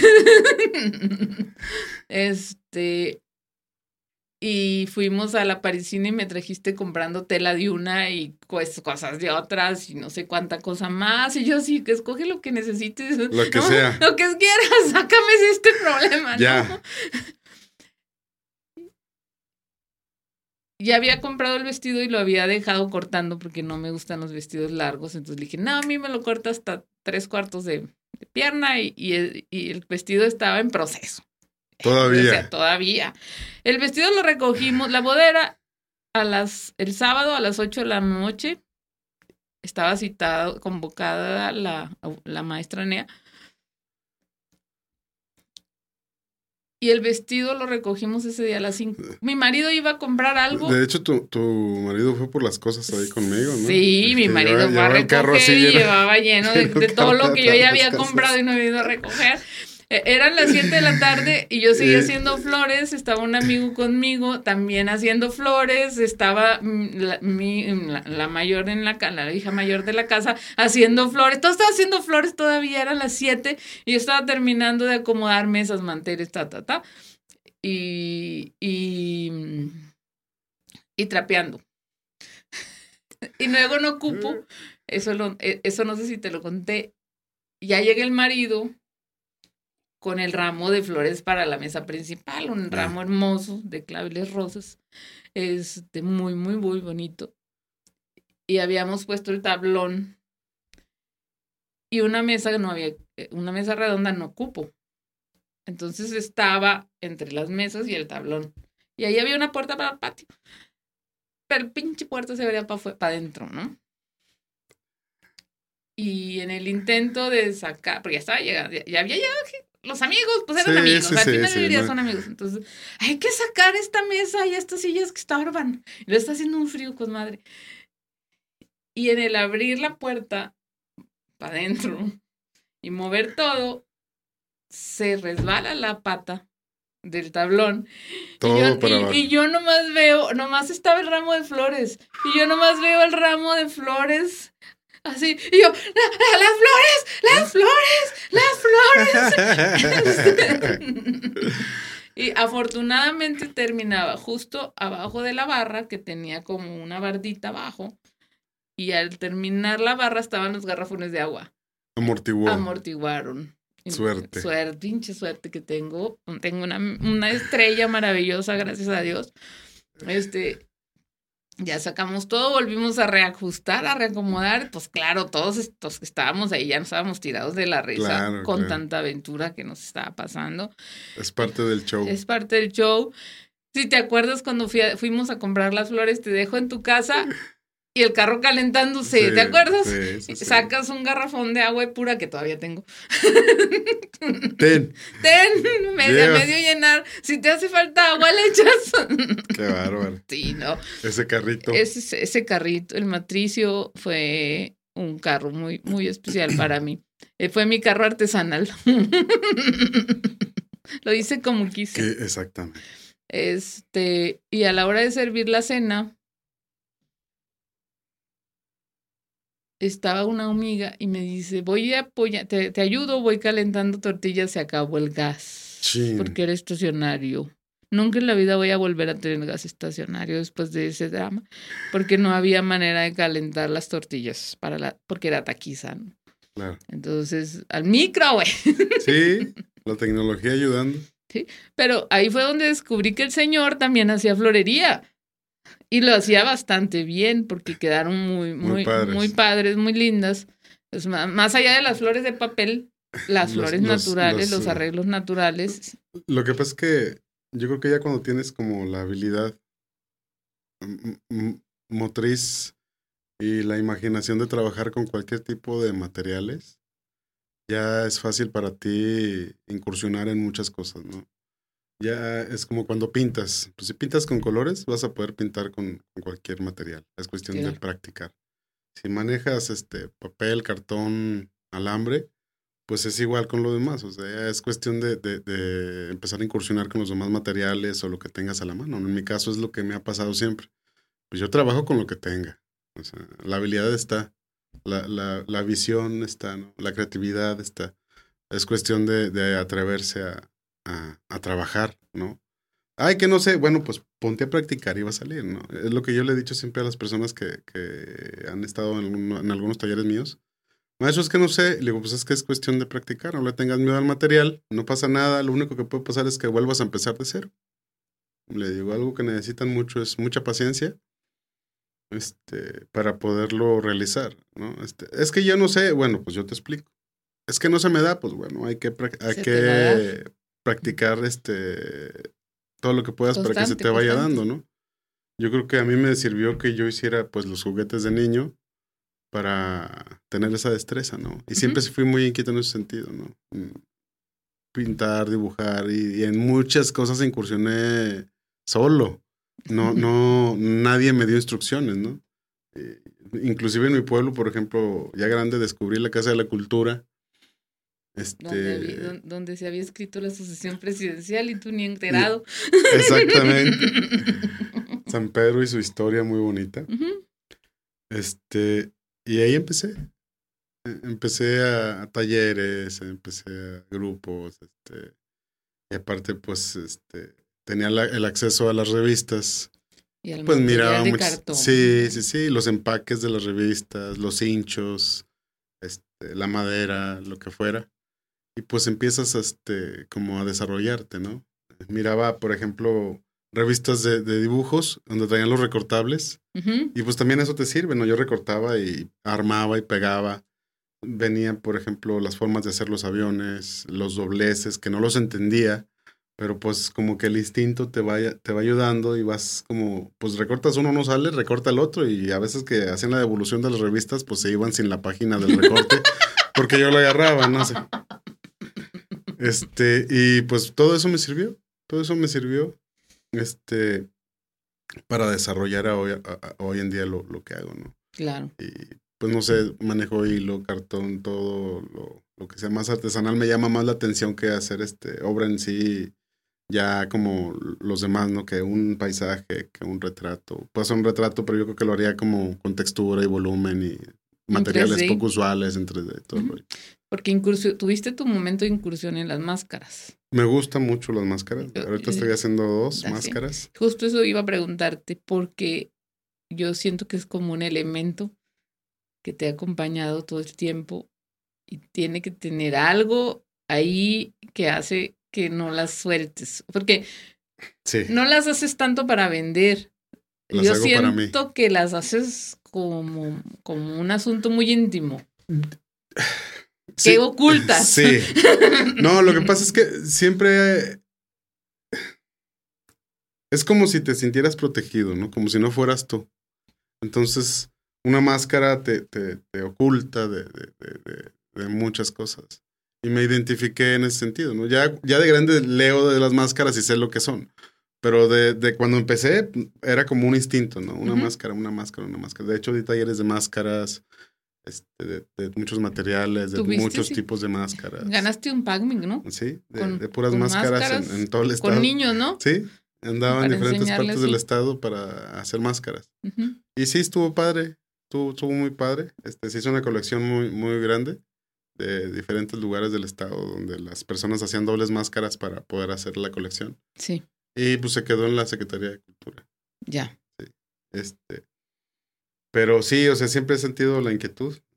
este... Y fuimos a la parisina y me trajiste comprando tela de una y pues, cosas de otras y no sé cuánta cosa más. Y yo sí, que escoge lo que necesites. Lo que no, sea. Lo que quieras, sácame de este problema, ya. ¿no? Ya había comprado el vestido y lo había dejado cortando porque no me gustan los vestidos largos. Entonces le dije, no, a mí me lo corta hasta tres cuartos de, de pierna y, y, el, y el vestido estaba en proceso. Todavía. O sea, todavía. El vestido lo recogimos, la boda era a las, el sábado a las ocho de la noche. Estaba citada, convocada la, la maestra Nea. Y el vestido lo recogimos ese día a las cinco. Mi marido iba a comprar algo. De hecho, tu, tu marido fue por las cosas ahí conmigo, ¿no? Sí, es mi marido fue a recoger y lleno, llevaba lleno de, de todo lo que yo ya había cosas. comprado y no había ido a recoger. Eran las siete de la tarde y yo seguía haciendo flores, estaba un amigo conmigo también haciendo flores, estaba la, mi, la, la mayor en la la hija mayor de la casa haciendo flores, todo estaba haciendo flores todavía, eran las siete y yo estaba terminando de acomodar mesas, manteles, ta, ta, ta, y, y, y trapeando. Y luego no ocupo, eso, lo, eso no sé si te lo conté, ya llega el marido con el ramo de flores para la mesa principal, un ramo hermoso de claveles rosas, este, muy, muy, muy bonito. Y habíamos puesto el tablón y una mesa no había, una mesa redonda no cupo. Entonces estaba entre las mesas y el tablón. Y ahí había una puerta para el patio. Pero el pinche puerta se abría para pa adentro, ¿no? Y en el intento de sacar, porque ya estaba llegando, ya, ya había llegado los amigos, pues eran sí, amigos, sí, al final sí, del día sí, son amigos. Entonces, hay que sacar esta mesa y estas sillas que estorban. Y lo está haciendo un frío con madre. Y en el abrir la puerta para adentro y mover todo, se resbala la pata del tablón. Todo y, yo, para y, abajo. y yo nomás veo, nomás estaba el ramo de flores. Y yo nomás veo el ramo de flores. Así, y yo, ¡las flores! ¡Las flores! ¡Las flores! Y afortunadamente terminaba justo abajo de la barra, que tenía como una bardita abajo, y al terminar la barra estaban los garrafones de agua. Amortiguó. Amortiguaron. Suerte. Suerte, pinche suerte que tengo. Tengo una, una estrella maravillosa, gracias a Dios. Este... Ya sacamos todo, volvimos a reajustar, a reacomodar. Pues claro, todos estos que estábamos ahí ya nos estábamos tirados de la risa claro, con claro. tanta aventura que nos estaba pasando. Es parte del show. Es parte del show. Si te acuerdas cuando fui a, fuimos a comprar las flores, te dejo en tu casa y el carro calentándose, sí, ¿te acuerdas? Sí, sí, sí. Sacas un garrafón de agua pura que todavía tengo. Ten. Ten, medio, medio llenar. Si te hace falta agua, le echas. Qué bárbaro. Sí, no. Ese carrito. Ese, ese carrito, el Matricio, fue un carro muy, muy especial para mí. Eh, fue mi carro artesanal. Lo hice como quise. Que, exactamente. Este, y a la hora de servir la cena, estaba una amiga y me dice, voy a apoyar, te, te ayudo, voy calentando tortillas, se acabó el gas. Sí. Porque era estacionario. Nunca en la vida voy a volver a tener gas estacionario después de ese drama, porque no había manera de calentar las tortillas, para la, porque era taquiza, ¿no? Claro. Entonces, al micro, güey. Sí. La tecnología ayudando. Sí, pero ahí fue donde descubrí que el señor también hacía florería. Y lo hacía bastante bien porque quedaron muy, muy, muy padres, muy, padres, muy lindas. Pues, más allá de las flores de papel, las los, flores los, naturales, los, los arreglos naturales. Lo que pasa es que yo creo que ya cuando tienes como la habilidad motriz y la imaginación de trabajar con cualquier tipo de materiales, ya es fácil para ti incursionar en muchas cosas, ¿no? Ya es como cuando pintas. Pues si pintas con colores, vas a poder pintar con, con cualquier material. Es cuestión claro. de practicar. Si manejas este papel, cartón, alambre, pues es igual con lo demás. O sea, es cuestión de, de, de empezar a incursionar con los demás materiales o lo que tengas a la mano. En mi caso es lo que me ha pasado siempre. Pues yo trabajo con lo que tenga. O sea, la habilidad está, la, la, la visión está, ¿no? La creatividad está. Es cuestión de, de atreverse a, a, a trabajar, ¿no? Ay, que no sé, bueno, pues ponte a practicar y va a salir, ¿no? Es lo que yo le he dicho siempre a las personas que, que han estado en, un, en algunos talleres míos. Maestro, es que no sé, le digo, pues es que es cuestión de practicar, no le tengas miedo al material, no pasa nada, lo único que puede pasar es que vuelvas a empezar de cero. Le digo, algo que necesitan mucho es mucha paciencia, este, para poderlo realizar, ¿no? Este, es que yo no sé, bueno, pues yo te explico. Es que no se me da, pues bueno, hay que, hay que practicar este, todo lo que puedas constante, para que se te vaya constante. dando, ¿no? Yo creo que a mí me sirvió que yo hiciera pues los juguetes de niño para tener esa destreza, ¿no? Y uh-huh. siempre fui muy inquieto en ese sentido, ¿no? Pintar, dibujar y, y en muchas cosas incursioné solo. No, no, nadie me dio instrucciones, ¿no? Eh, inclusive en mi pueblo, por ejemplo, ya grande, descubrí la Casa de la Cultura. Este... Donde, había, donde se había escrito la sucesión presidencial y tú ni enterado. Exactamente. San Pedro y su historia muy bonita. Uh-huh. Este, y ahí empecé. Empecé a, a talleres, empecé a grupos, este, y aparte, pues, este, tenía la, el acceso a las revistas. Y al pues miraba de muchos, cartón. Sí, sí, sí, los empaques de las revistas, los hinchos, este, la madera, lo que fuera. Y pues empiezas este, como a desarrollarte, ¿no? Miraba, por ejemplo, revistas de, de dibujos donde traían los recortables. Uh-huh. Y pues también eso te sirve, ¿no? Yo recortaba y armaba y pegaba. Venían, por ejemplo, las formas de hacer los aviones, los dobleces, que no los entendía, pero pues como que el instinto te va, te va ayudando y vas como, pues recortas uno, no sale, recorta el otro, y a veces que hacían la devolución de las revistas, pues se iban sin la página del recorte, porque yo lo agarraba, no sé. Este, y pues todo eso me sirvió, todo eso me sirvió, este, para desarrollar a hoy, a, a, hoy en día lo, lo que hago, ¿no? Claro. Y pues no sé, manejo hilo, cartón, todo lo, lo que sea más artesanal me llama más la atención que hacer este obra en sí, ya como los demás, ¿no? Que un paisaje, que un retrato. Puede ser un retrato, pero yo creo que lo haría como con textura y volumen y materiales poco usuales, en tres D, todo uh-huh. lo... Porque incursión, tuviste tu momento de incursión en las máscaras. Me gustan mucho las máscaras. Ahorita estoy haciendo dos Así. máscaras. Justo eso iba a preguntarte, porque yo siento que es como un elemento que te ha acompañado todo el tiempo y tiene que tener algo ahí que hace que no las sueltes. Porque sí. no las haces tanto para vender. Las yo hago siento para mí. que las haces como, como un asunto muy íntimo. Sí, que ocultas. Sí. No, lo que pasa es que siempre es como si te sintieras protegido, ¿no? Como si no fueras tú. Entonces, una máscara te, te, te oculta de, de, de, de muchas cosas. Y me identifiqué en ese sentido, ¿no? Ya, ya de grande leo de las máscaras y sé lo que son. Pero de, de cuando empecé era como un instinto, ¿no? Una uh-huh. máscara, una máscara, una máscara. De hecho, di talleres de máscaras. Este, de, de muchos materiales, de muchos sí. tipos de máscaras. Ganaste un Pacmic, ¿no? Sí, de, con, de puras máscaras, máscaras en, en todo el estado. Con niños, ¿no? Sí, andaba en diferentes partes sí. del estado para hacer máscaras. Uh-huh. Y sí, estuvo padre, estuvo, estuvo muy padre. Este, se hizo una colección muy, muy grande de diferentes lugares del estado donde las personas hacían dobles máscaras para poder hacer la colección. Sí. Y pues se quedó en la Secretaría de Cultura. Ya. Sí, este... Pero sí, o sea, siempre he sentido la inquietud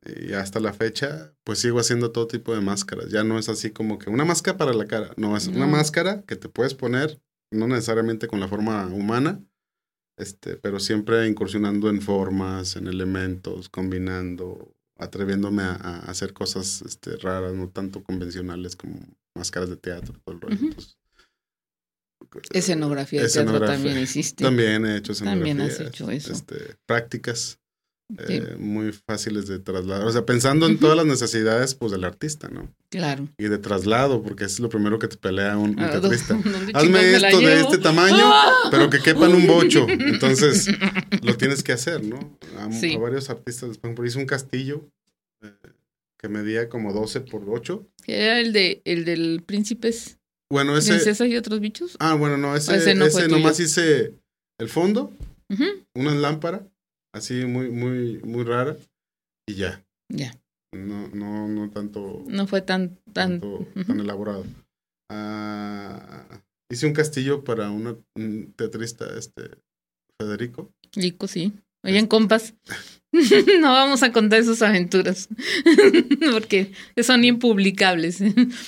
Y hasta la fecha, pues sigo haciendo todo tipo de máscaras. Ya no es así como que una máscara para la cara. No, es No. una máscara que te puedes poner, no necesariamente con la forma humana, este, pero siempre incursionando en formas, en elementos, combinando, atreviéndome a, a hacer cosas este, raras, no tanto convencionales como máscaras de teatro, todo el rollo. Ujú. Entonces, Escenografía de teatro escenografía. también hiciste. También he hecho escenografías. También has hecho eso. Este, prácticas. Sí, Eh, muy fáciles de trasladar. O sea, pensando en Ujú. todas las necesidades, pues, del artista, ¿no? claro. Y de traslado, porque es lo primero que te pelea un, un Ah, teatrista. ¿dónde chingados Hazme me la esto de llevo? este tamaño, ¡Ah! pero que quepa en un bocho. Entonces, lo tienes que hacer, ¿no? A, Sí. a varios artistas, por ejemplo, hice un castillo eh, que medía como doce por ocho. Era el de el del príncipes, Bueno, ese... princesas y otros bichos. Ah, bueno, no, ese, Ese no fue ese tuyo. nomás hice el fondo, Ujú. una lámpara, así muy, muy, muy rara, y ya. Ya. No, no, no tanto... No fue tan tan tanto, ujú. tan elaborado. Ah, hice un castillo para una, un teatrista, este, Federico. Lico, sí. Oye, en compas. No vamos a contar sus aventuras porque son impublicables.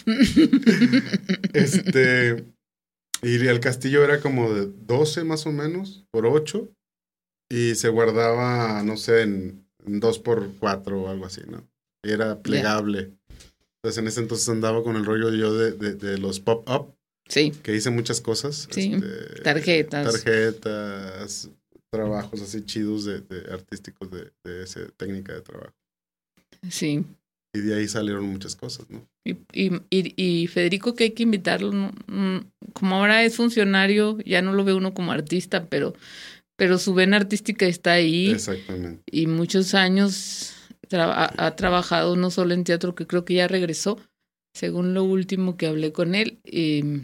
Este, y el castillo era como de doce más o menos, por ocho, y se guardaba, no sé, en, en dos por cuatro o algo así, ¿no? Y era plegable. Entonces, en ese entonces andaba con el rollo yo de, de, de los pop-up, Sí, que hice muchas cosas. Sí, este, tarjetas. Tarjetas, trabajos así chidos de, de artísticos de, de esa técnica de trabajo. sí. Y de ahí salieron muchas cosas, ¿no? Y, y, y, y Federico, que hay que invitarlo, ¿no? Mm, como ahora es funcionario, ya no lo ve uno como artista, pero, pero su vena artística está ahí. Exactamente. Y muchos años tra- ha, ha trabajado no solo en teatro, que creo que ya regresó, según lo último que hablé con él, eh,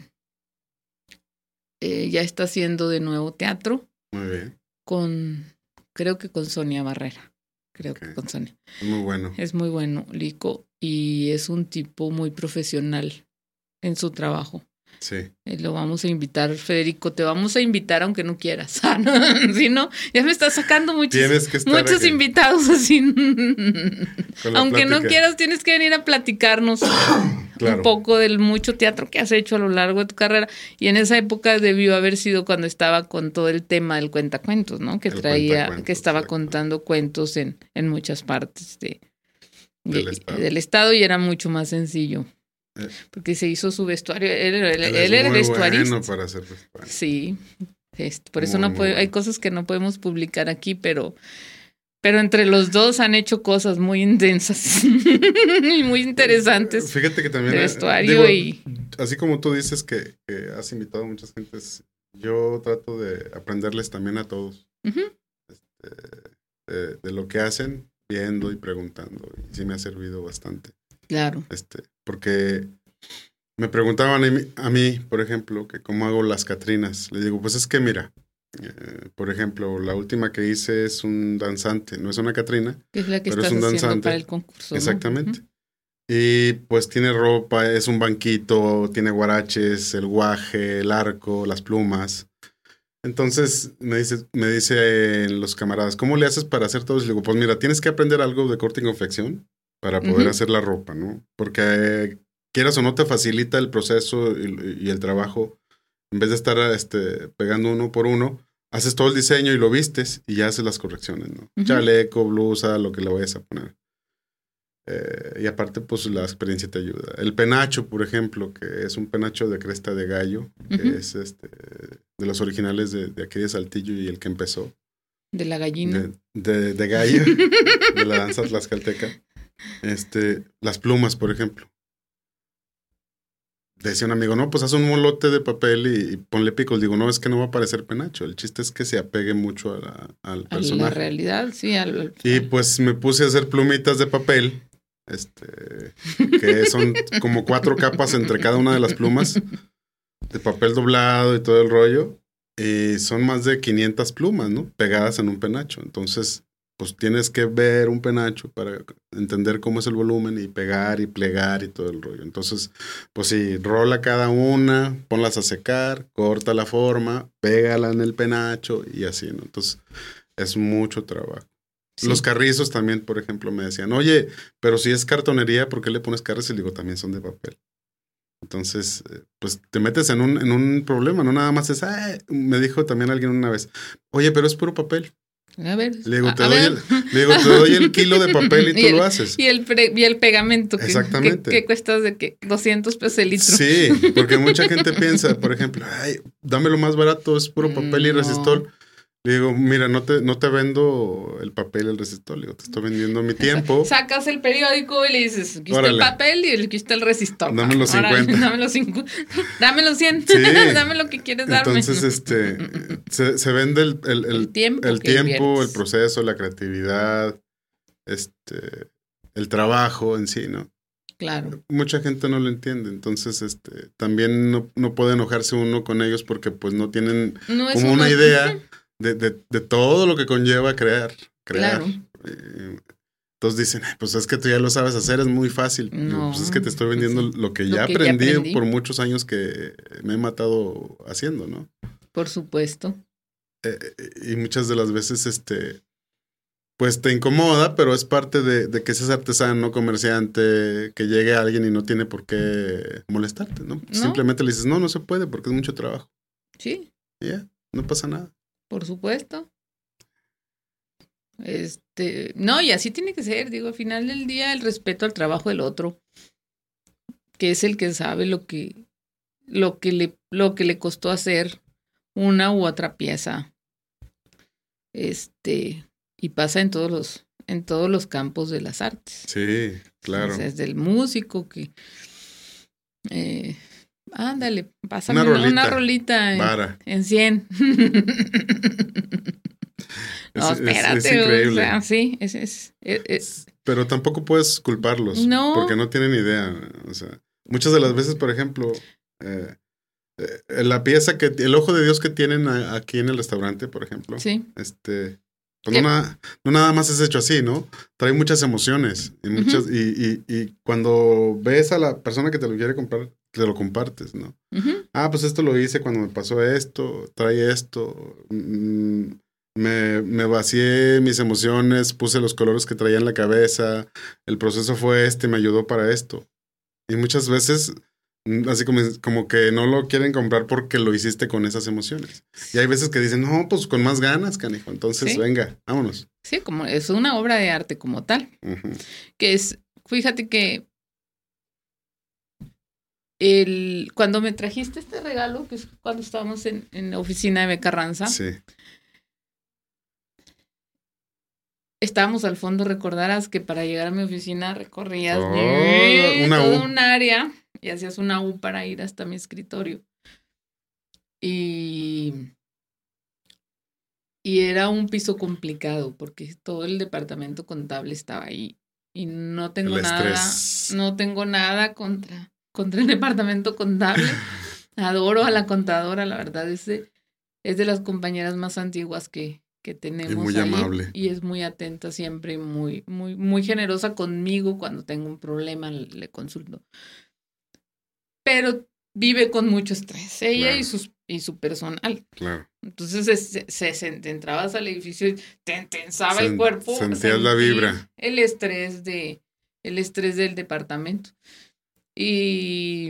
eh, ya está haciendo de nuevo teatro Muy bien. con, creo que con Sonia Barrera, creo Ok. que con Sonia. Muy bueno. Es muy bueno, Lico, y es un tipo muy profesional en su trabajo. Sí. Eh, lo vamos a invitar, Federico, te vamos a invitar aunque no quieras. Si no, ya me estás sacando muchos, Tienes que estar muchos aquí invitados así. con la Aunque no plática. quieras, tienes que venir a platicarnos Claro. un poco del mucho teatro que has hecho a lo largo de tu carrera. Y en esa época debió haber sido cuando estaba con todo el tema del cuentacuentos, ¿no? Que El traía, cuentacuentos, que estaba exacto. contando cuentos en, en muchas partes de, Del y- estado. del estado y era mucho más sencillo. Eh. Porque se hizo su vestuario. Él, él- Él, él es era muy vestuarista. bueno para hacer vestuario. Sí. Este, por eso Muy, no muy puede, bueno. hay cosas que no podemos publicar aquí, pero, pero entre los dos han hecho cosas muy intensas y muy interesantes Fíjate que también... de eh, digo, digo, y así como tú dices que, que has invitado a muchas gentes, yo trato de aprenderles también a todos. Ujú. Este, de, de lo que hacen, viendo y preguntando. Y sí me ha servido bastante. Claro. Este, porque me preguntaban a mí, a mí, por ejemplo, que cómo hago las Catrinas. Le digo, pues es que mira, eh, por ejemplo, la última que hice es un danzante, no es una Catrina. Que es la que pero estás es un haciendo danzante. para el concurso. ¿no? Exactamente. Ujú. Y pues tiene ropa, es un banquito, tiene guaraches, el guaje, el arco, las plumas. Entonces me dice, me dicen los camaradas, ¿cómo le haces para hacer todo eso? Y le digo, pues mira, tienes que aprender algo de corte y confección para poder Ujú. hacer la ropa, ¿no? Porque eh, quieras o no te facilita el proceso y, y el trabajo. En vez de estar este, pegando uno por uno, haces todo el diseño y lo vistes y ya haces las correcciones, ¿no? Ujú. Chaleco, blusa, lo que le vayas a poner. Eh, y aparte, pues la experiencia te ayuda. El penacho, por ejemplo, que es un penacho de cresta de gallo, que Ujú. es este de los originales de, de aquí de Saltillo y el que empezó. De la gallina. De, de, de gallo, de la danza tlaxcalteca. Este, las plumas, por ejemplo. Decía un amigo, no, pues haz un molote de papel y, y ponle picos. Digo, no, es que no va a parecer penacho. El chiste es que se apegue mucho a la, al A la personaje. realidad, sí. Al, al- Y pues me puse a hacer plumitas de papel, este, que son como cuatro capas entre cada una de las plumas, de papel doblado y todo el rollo. Y son más de quinientas plumas, ¿no? Pegadas en un penacho. Entonces, pues tienes que ver un penacho para entender cómo es el volumen y pegar y plegar y todo el rollo. Entonces, pues sí, rola cada una, ponlas a secar, corta la forma, pégala en el penacho y así, ¿no? Entonces, es mucho trabajo. Sí. Los carrizos también, por ejemplo, me decían, oye, pero si es cartonería, ¿por qué le pones carrizos? Y digo, también son de papel. Entonces, pues te metes en un, en un problema, no nada más es, ah, me dijo también alguien una vez, oye, pero es puro papel. A ver, Le digo, te, a doy ver. el, le digo, te doy el kilo de papel y tú y el, lo haces. Y el, pre, y el pegamento, que, exactamente. Que, que cuesta de que doscientos pesos el litro. Sí, porque mucha gente piensa, por ejemplo, ay, dame lo más barato, es puro papel y No. resistol. Le digo, mira, no te, no te vendo el papel y el resistol, le digo, te estoy vendiendo mi tiempo. Sacas el periódico y le dices, aquí Órale. está el papel y aquí está el resistor. Dame los cincuenta. Dame los cincuenta. Dame los cien. Sí. Dame lo que quieres darme. Entonces, este, se, se vende el, el, el, el tiempo, el, tiempo el proceso, la creatividad, este, el trabajo en sí, ¿no? Claro. Mucha gente no lo entiende, entonces este también no, no puede enojarse uno con ellos porque pues no tienen no como una, una idea de, de, de todo lo que conlleva crear, crear. Claro. Eh, entonces dicen, pues es que tú ya lo sabes hacer, es muy fácil. No. Digo, pues es que te estoy vendiendo sí. lo que, lo ya, que aprendí ya aprendí por muchos años que me he matado haciendo, ¿no? Por supuesto. Eh, y muchas de las veces, este, pues te incomoda, pero es parte de, de que seas artesano, comerciante, que llegue alguien y no tiene por qué molestarte, ¿no? ¿No? Simplemente le dices, no, no se puede porque es mucho trabajo. Sí. Y ya, no pasa nada. Por supuesto. Este, no, y así tiene que ser, digo, al final del día el respeto al trabajo del otro, que es el que sabe lo que, lo que le, lo que le costó hacer una u otra pieza. Este, y pasa en todos los, en todos los campos de las artes. Sí, claro. O sea, desde el músico que eh, ándale, pásame una una rolita, una rolita en, vara. en cien. No, es, espérate, es, es increíble. O sea, sí, es, es, es, es, pero tampoco puedes culparlos. No. Porque no tienen idea. O sea, muchas de las veces, por ejemplo, eh, eh, la pieza que, el ojo de Dios que tienen a, aquí en el restaurante, por ejemplo. Sí. Este, pues no, na, no nada más es hecho así, ¿no? Trae muchas emociones. Y, muchas, uh-huh. y, y, y cuando ves a la persona que te lo quiere comprar, te lo compartes, ¿no? Uh-huh. Ah, pues esto lo hice cuando me pasó esto, trae esto. Mm, Me, me vacié mis emociones, puse los colores que traía en la cabeza, el proceso fue este, me ayudó para esto. Y muchas veces, así como, como que no lo quieren comprar porque lo hiciste con esas emociones. Y hay veces que dicen, no, pues con más ganas, canijo, entonces ¿sí? venga, vámonos. Sí, como es una obra de arte como tal. Uh-huh. Que es, fíjate que el, cuando me trajiste este regalo, que es cuando estábamos en, en la oficina de Becarranza, sí. Estábamos al fondo, recordarás que para llegar a mi oficina recorrías oh, eh, una todo U. un área y hacías una U para ir hasta mi escritorio. Y, y era un piso complicado porque todo el departamento contable estaba ahí. Y no tengo el nada, estrés. no tengo nada contra, contra el departamento contable. Adoro a la contadora, la verdad, es de, es de las compañeras más antiguas que, que tenemos y muy ahí, amable. Y es muy atenta siempre, muy, muy, muy generosa conmigo. Cuando tengo un problema le, le consulto. Pero vive con mucho estrés, ella claro. y, sus, y su personal. Claro. Entonces se, se, se, te entrabas al edificio y te tensaba Sen, el cuerpo. Sentías la vibra. El estrés de, el estrés del departamento. Y...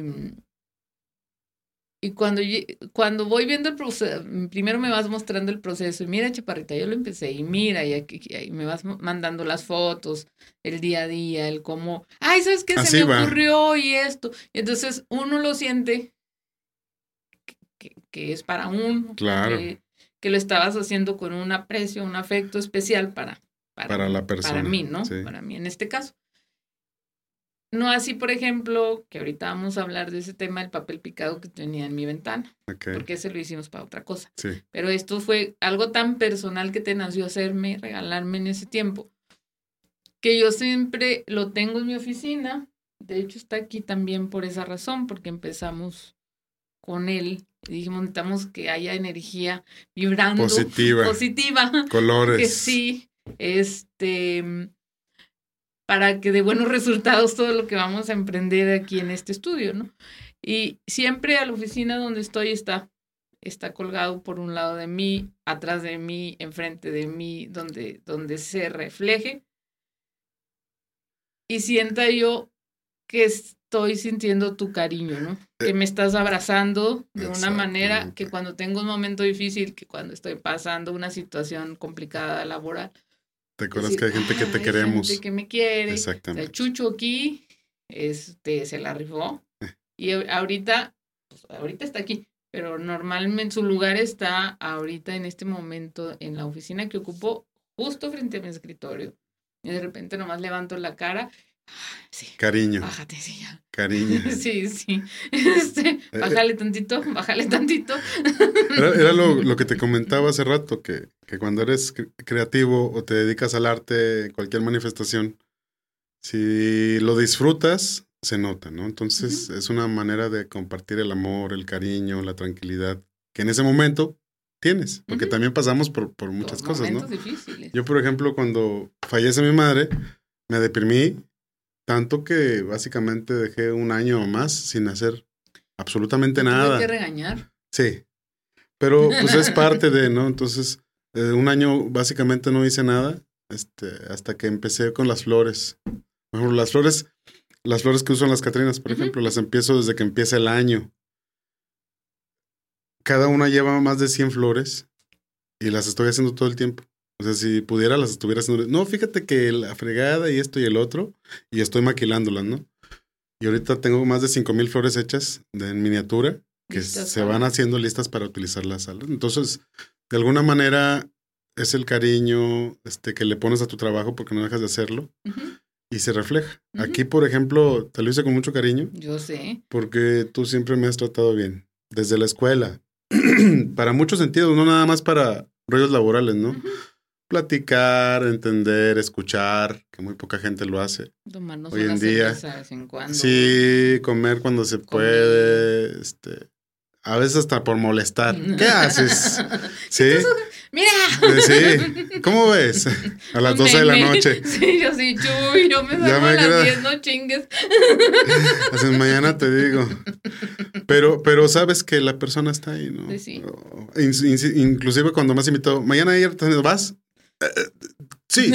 Y cuando, cuando voy viendo el proceso, primero me vas mostrando el proceso y mira, chaparrita, yo lo empecé y mira, y, aquí, y me vas mandando las fotos, el día a día, el cómo, ay, ¿sabes qué? Así Se me va. ocurrió y esto. Y entonces uno lo siente que, que, que es para uno, claro. que, que lo estabas haciendo con un aprecio, un afecto especial para, para, para la persona. Para mí, ¿no? Sí. Para mí en este caso. No así, por ejemplo, que ahorita vamos a hablar de ese tema del papel picado que tenía en mi ventana. Okay. Porque ese lo hicimos para otra cosa. Sí. Pero esto fue algo tan personal que te nació hacerme, regalarme en ese tiempo, que yo siempre lo tengo en mi oficina. De hecho, está aquí también por esa razón, porque empezamos con él. Y dijimos, necesitamos que haya energía vibrando. Positiva. Positiva. Colores. Que sí, este... para que dé buenos resultados todo lo que vamos a emprender aquí en este estudio, ¿no? Y siempre a la oficina donde estoy está está colgado por un lado de mí, atrás de mí, enfrente de mí, donde, donde se refleje. Y sienta yo que estoy sintiendo tu cariño, ¿no? Que me estás abrazando de una manera que cuando tengo un momento difícil, que cuando estoy pasando una situación complicada laboral. ¿Te acuerdas decir, que hay gente que te hay queremos? Gente que me quiere. Exactamente. El Chucho aquí este, se la rifó. Y ahorita, pues, ahorita está aquí. Pero normalmente su lugar está ahorita en este momento en la oficina que ocupo justo frente a mi escritorio. Y de repente nomás levanto la cara. Sí. Cariño. Bájate, sí, ya. Cariño. Sí, sí. Este, bájale tantito, bájale tantito. Era, era lo, lo que te comentaba hace rato, que, que cuando eres creativo o te dedicas al arte, cualquier manifestación, si lo disfrutas, se nota, ¿no? Entonces, uh-huh. es una manera de compartir el amor, el cariño, la tranquilidad, que en ese momento tienes, porque uh-huh. también pasamos por, por muchas por cosas, ¿no? Difíciles. Yo, por ejemplo, cuando fallece mi madre, me deprimí tanto que básicamente dejé un año o más sin hacer absolutamente ¿Te nada. Tuve que regañar? Sí, pero pues es parte de, ¿no? Entonces, eh, un año básicamente no hice nada, este, hasta que empecé con las flores. Por ejemplo, las flores, las flores que usan las Catrinas, por uh-huh. ejemplo, las empiezo desde que empieza el año. Cada una lleva más de cien flores y las estoy haciendo todo el tiempo. O sea, si pudiera, las estuviera haciendo. No, fíjate que la fregada y esto y el otro, y estoy maquilándolas, ¿no? Y ahorita tengo más de cinco mil flores hechas de, en miniatura que listas, se van haciendo listas para utilizarlas. Entonces, de alguna manera, es el cariño este, que le pones a tu trabajo porque no dejas de hacerlo. Uh-huh. Y se refleja. Uh-huh. Aquí, por ejemplo, te lo hice con mucho cariño. Yo sé. Porque tú siempre me has tratado bien. Desde la escuela. Para muchos sentidos, no nada más para rollos laborales, ¿no? Uh-huh. Platicar, entender, escuchar, que muy poca gente lo hace. Tomarnos hoy una en día. cerveza de vez en cuando. Sí, comer cuando se comer. puede. Este, a veces hasta por molestar. ¿Qué haces? Sí. ¡Mira! Sí. ¿Cómo ves? A las doce de la noche. Sí, yo sí, chuy, yo me salgo a las diez, no chingues. Así, mañana te digo. Pero, pero sabes que la persona está ahí, ¿no? Sí, sí. In, inclusive cuando me has invitado, mañana ayer vas. Sí.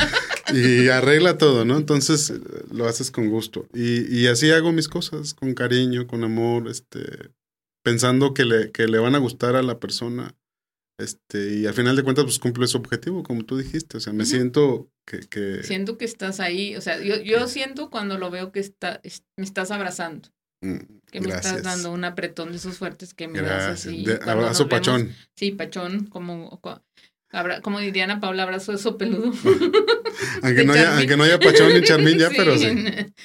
Y arregla todo, ¿no? Entonces lo haces con gusto. Y, y así hago mis cosas, con cariño, con amor, este, pensando que le, que le van a gustar a la persona. Este, y al final de cuentas, pues cumple su objetivo, como tú dijiste. O sea, me uh-huh. siento que, que. Siento que estás ahí. O sea, yo, yo siento cuando lo veo que está, es, me estás abrazando. Mm, que me gracias. estás dando un apretón de esos fuertes que me gracias. das así. De, abrazo vemos, pachón. Sí, pachón, como, abra, como diría Ana Paula, abrazo de eso peludo. aunque, no haya, aunque no haya pachón ni charmín ya, sí, pero sí.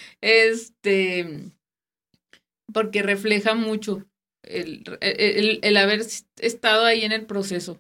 Este, porque refleja mucho el, el, el, el haber estado ahí en el proceso.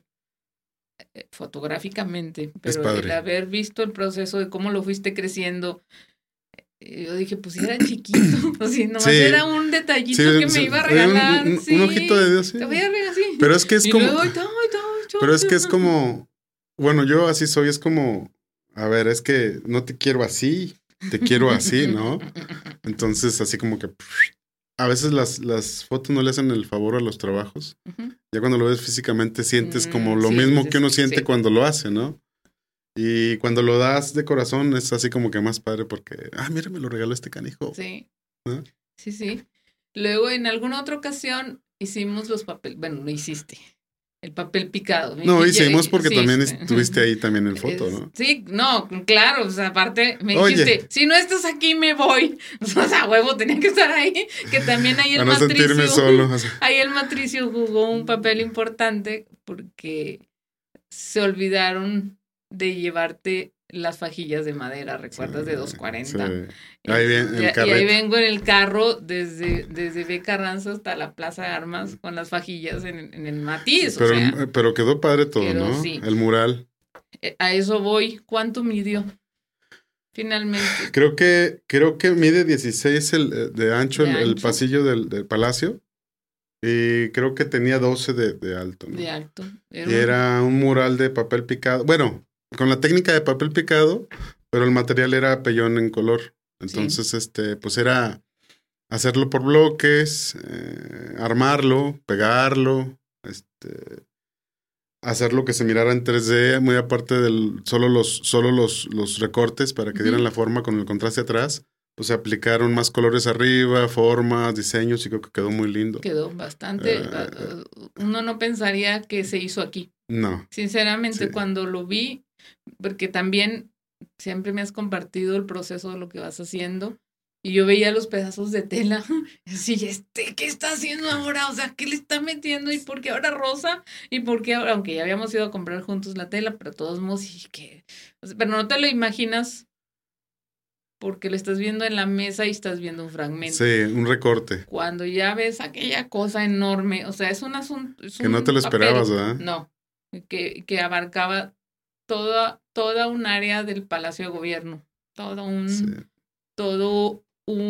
Fotográficamente, pero el haber visto el proceso de cómo lo fuiste creciendo. Yo dije, pues era chiquito, pues si nomás sí. era un detallito sí, que me sí. iba a regalar. Un, un, sí. un ojito de Dios, sí. Te voy a regalar, sí. Pero es que es y como. Luego, ay, ay, ay, pero es que es como. Bueno, yo así soy, es como. A ver, es que no te quiero así, te quiero así, ¿no? Entonces, así como que. A veces las, las fotos no le hacen el favor a los trabajos. Uh-huh. Ya cuando lo ves físicamente sientes como lo sí, mismo sí, que uno sí, siente sí. cuando lo hace, ¿no? Y cuando lo das de corazón es así como que más padre porque, ah, mira, me lo regaló este canijo. Sí. ¿no? Sí, sí. Luego en alguna otra ocasión hicimos los papeles, bueno, no hiciste, el papel picado. No, hicimos porque sí, también sí. estuviste ahí también en foto, ¿no? Sí, no, claro, o sea, aparte me Oye. dijiste, si no estás aquí me voy. O sea, huevo, tenía que estar ahí, que también ahí el Para no matricio. sentirme solo. O sea. Ahí el matricio jugó un papel importante porque se olvidaron de llevarte las fajillas de madera, ¿recuerdas? Sí, de dos cuarenta. Sí. Ahí ven, el y, y ahí vengo en el carro desde, desde B. Carranza hasta la Plaza de Armas con las fajillas en, en el matiz. Pero, o sea, pero quedó padre todo, quedó, ¿no? Sí. El mural. A eso voy. ¿Cuánto midió? Finalmente. Creo que, creo que mide dieciséis el, de ancho, de el, ancho. el pasillo del, del palacio. Y creo que tenía doce de, de alto, ¿no? De alto. Era y era un mural de papel picado. Bueno, con la técnica de papel picado, pero el material era pellón en color. Entonces, sí. este, pues era hacerlo por bloques, eh, armarlo, pegarlo, este, hacer lo que se mirara en tres D, muy aparte del solo los, solo los, los recortes para que Ujú. dieran la forma con el contraste atrás, pues se aplicaron más colores arriba, formas, diseños, y creo que quedó muy lindo. Quedó bastante. Eh, uh, uh, uno no pensaría que se hizo aquí. No. Sinceramente, Sí. cuando lo vi, porque también siempre me has compartido el proceso de lo que vas haciendo, y yo veía los pedazos de tela, así, este, ¿qué está haciendo ahora? O sea, ¿qué le está metiendo? ¿Y por qué ahora rosa? ¿Y por qué ahora? Aunque ya habíamos ido a comprar juntos la tela, pero de todos modos, y que, o sea, pero no te lo imaginas porque lo estás viendo en la mesa y estás viendo un fragmento. Sí, un recorte. Cuando ya ves aquella cosa enorme, o sea, es un asunto. Es que un no te lo papel, esperabas, ¿verdad? No, que, que abarcaba toda, toda un área del Palacio de Gobierno. Todo un. Sí. Todo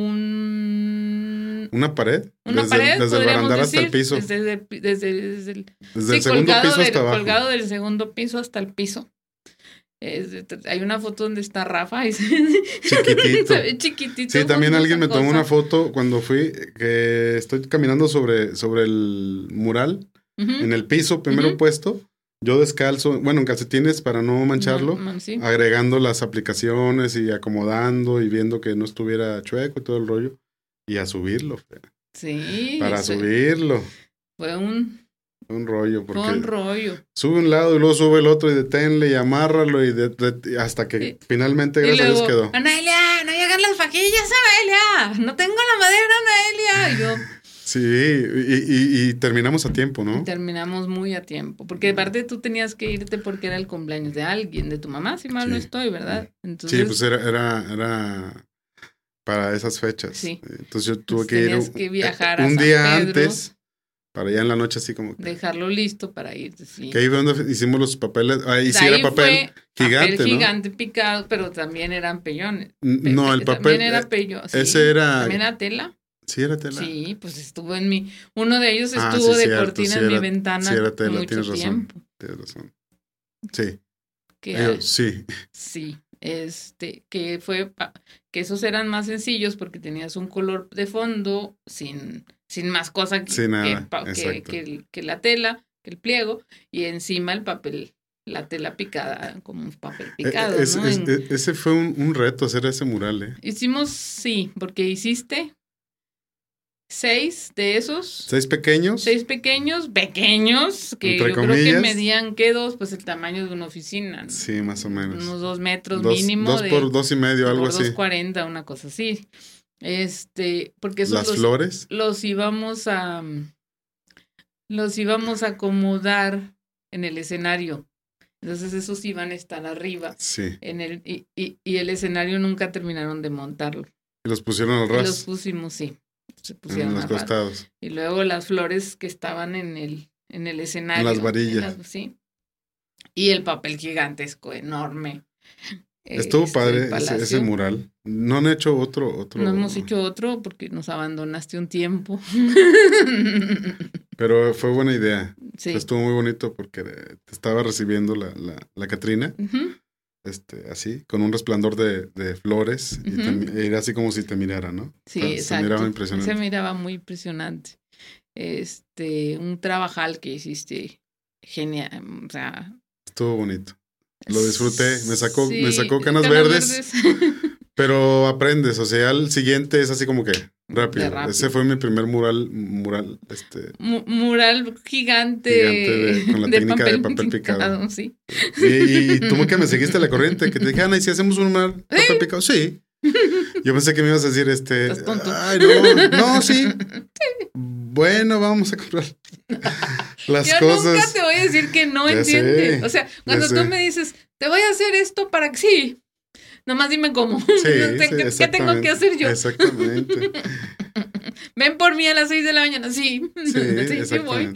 un. ¿Una pared? Una desde, pared, desde el barandal hasta el decir, piso. Desde, desde, desde, desde el, desde sí, el segundo piso del, hasta abajo. colgado del segundo piso hasta el piso. Es, hay una foto donde está Rafa y chiquitito. Se ve chiquitito. Sí, también alguien me tomó una foto cuando fui, que estoy caminando sobre, sobre el mural, uh-huh. en el piso, primero uh-huh. puesto, yo descalzo, bueno, en calcetines para no mancharlo, man, man, sí. agregando las aplicaciones y acomodando y viendo que no estuviera chueco y todo el rollo, y a subirlo. Sí. Para subirlo. Fue un... Un rollo, porque un rollo. Sube un lado y luego sube el otro y deténle y amárralo y de, de, hasta que sí. finalmente, gracias luego, a Dios, quedó. Anaelia, no llegan las fajillas, Anaelia. No tengo la madera, Anaelia. Y yo... Sí, y, y, y terminamos a tiempo, ¿no? Y terminamos muy a tiempo, porque aparte tú tenías que irte porque era el cumpleaños de alguien, de tu mamá, si mal sí. no estoy, ¿verdad? Entonces, sí, pues era, era, era para esas fechas. Sí. Entonces yo tuve Entonces que ir tenías que viajar un a San día Pedro, antes. Para allá en la noche así como que... Dejarlo listo para ir, sí. Que ahí fue donde hicimos los papeles. Ahí sí era papel gigante, papel ¿no? gigante picado, pero también eran pellones. No, el papel... También era pellón. Sí, ese era... ¿También era tela? Sí, era tela. Sí, pues estuvo en mi... Uno de ellos ah, estuvo sí, de cierto, cortina sí en era, mi ventana sí era tela, mucho tienes razón, tiempo. Tienes razón. Sí. Que, Ellos, sí. Sí. Este, que fue... Que esos eran más sencillos porque tenías un color de fondo sin... sin más cosa que, sí, nada, que, que, que, que la tela, que el pliego, y encima el papel, la tela picada, como un papel picado, es, ¿no? Es, en, ese fue un, un reto, hacer ese mural, ¿eh? Hicimos, sí, porque hiciste seis de esos. ¿Seis pequeños? Seis pequeños, pequeños, que Entre yo comillas. Creo que medían, ¿qué? Dos, pues el tamaño de una oficina. Sí, más o menos. Unos dos metros dos, mínimo. Dos de, por dos y medio, algo por así. Dos cuarenta, una cosa así. Este, porque esos las los, flores los íbamos a los íbamos a acomodar en el escenario. Entonces esos iban a estar arriba. Sí. En el, y, y, y el escenario nunca terminaron de montarlo. Y los pusieron al ras. Y los pusimos, sí. Se pusieron en los costados. Y luego las flores que estaban en el, en el escenario. En las varillas. En las, sí. Y el papel gigantesco, enorme. Estuvo este, padre ese, ese mural. No han hecho otro, otro. No hemos hecho otro porque nos abandonaste un tiempo. Pero fue buena idea. Sí. Estuvo muy bonito porque te estaba recibiendo la, la, la Catrina. Uh-huh. Este, así, con un resplandor de, de flores. Uh-huh. Y te, era así como si te mirara, ¿no? Sí, o sea, exacto. Se miraba impresionante. Se miraba muy impresionante. Este, un trabajal que hiciste genial. O sea. Estuvo bonito. Lo disfruté, me sacó, sí, me sacó canas, canas verdes, verdes. Pero aprendes, o sea, el siguiente es así como que rápido. rápido. Ese fue mi primer mural, mural, este... M- mural gigante, gigante de, con la de técnica papel de papel picado. picado sí. Y, y, y tú que me seguiste la corriente, que te dije, Ana, ¿y si hacemos un mural de papel picado? Sí. Yo pensé que me ibas a decir, este... ¿Estás tonto? Ay, no, no, sí. sí. Bueno, vamos a comprar las Yo cosas. Yo nunca te voy a decir que no, ya ¿entiendes? Sé, o sea, cuando tú sé. me dices, te voy a hacer esto para que sí, nomás dime cómo. Sí, no sé, sí, ¿qué, ¿Qué tengo que hacer yo? Exactamente. Ven por mí a las seis de la mañana, sí. Sí, sí, sí voy.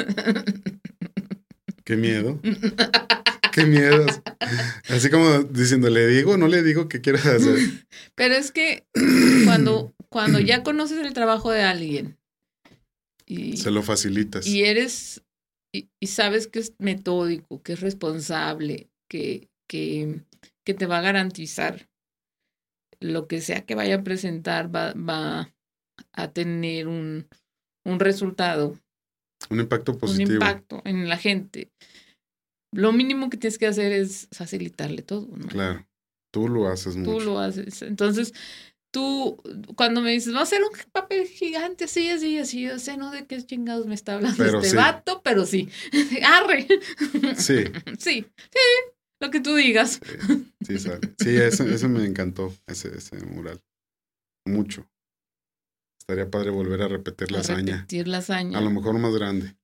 Qué miedo. Qué miedo. Así como diciendo, ¿le digo o no le digo qué quieres hacer? Pero es que cuando, cuando ya conoces el trabajo de alguien y se lo facilitas. Y eres, y, y sabes que es metódico, que es responsable, que, que, que te va a garantizar lo que sea que vaya a presentar, va, va a tener un, un resultado Un impacto positivo. Un impacto en la gente. Lo mínimo que tienes que hacer es facilitarle todo, ¿no? Claro. Tú lo haces mucho. Tú lo haces. Entonces, tú, cuando me dices, va a ser un papel gigante, así, así, así, yo sé, no de qué chingados me está hablando Pero este sí. vato, pero sí. Arre. Sí. Sí, sí, lo que tú digas. Sí, sí, sale. Sí, ese, ese me encantó, ese, ese mural. Mucho. Estaría padre volver a repetir la A hazaña. repetir la hazaña. A lo mejor más grande.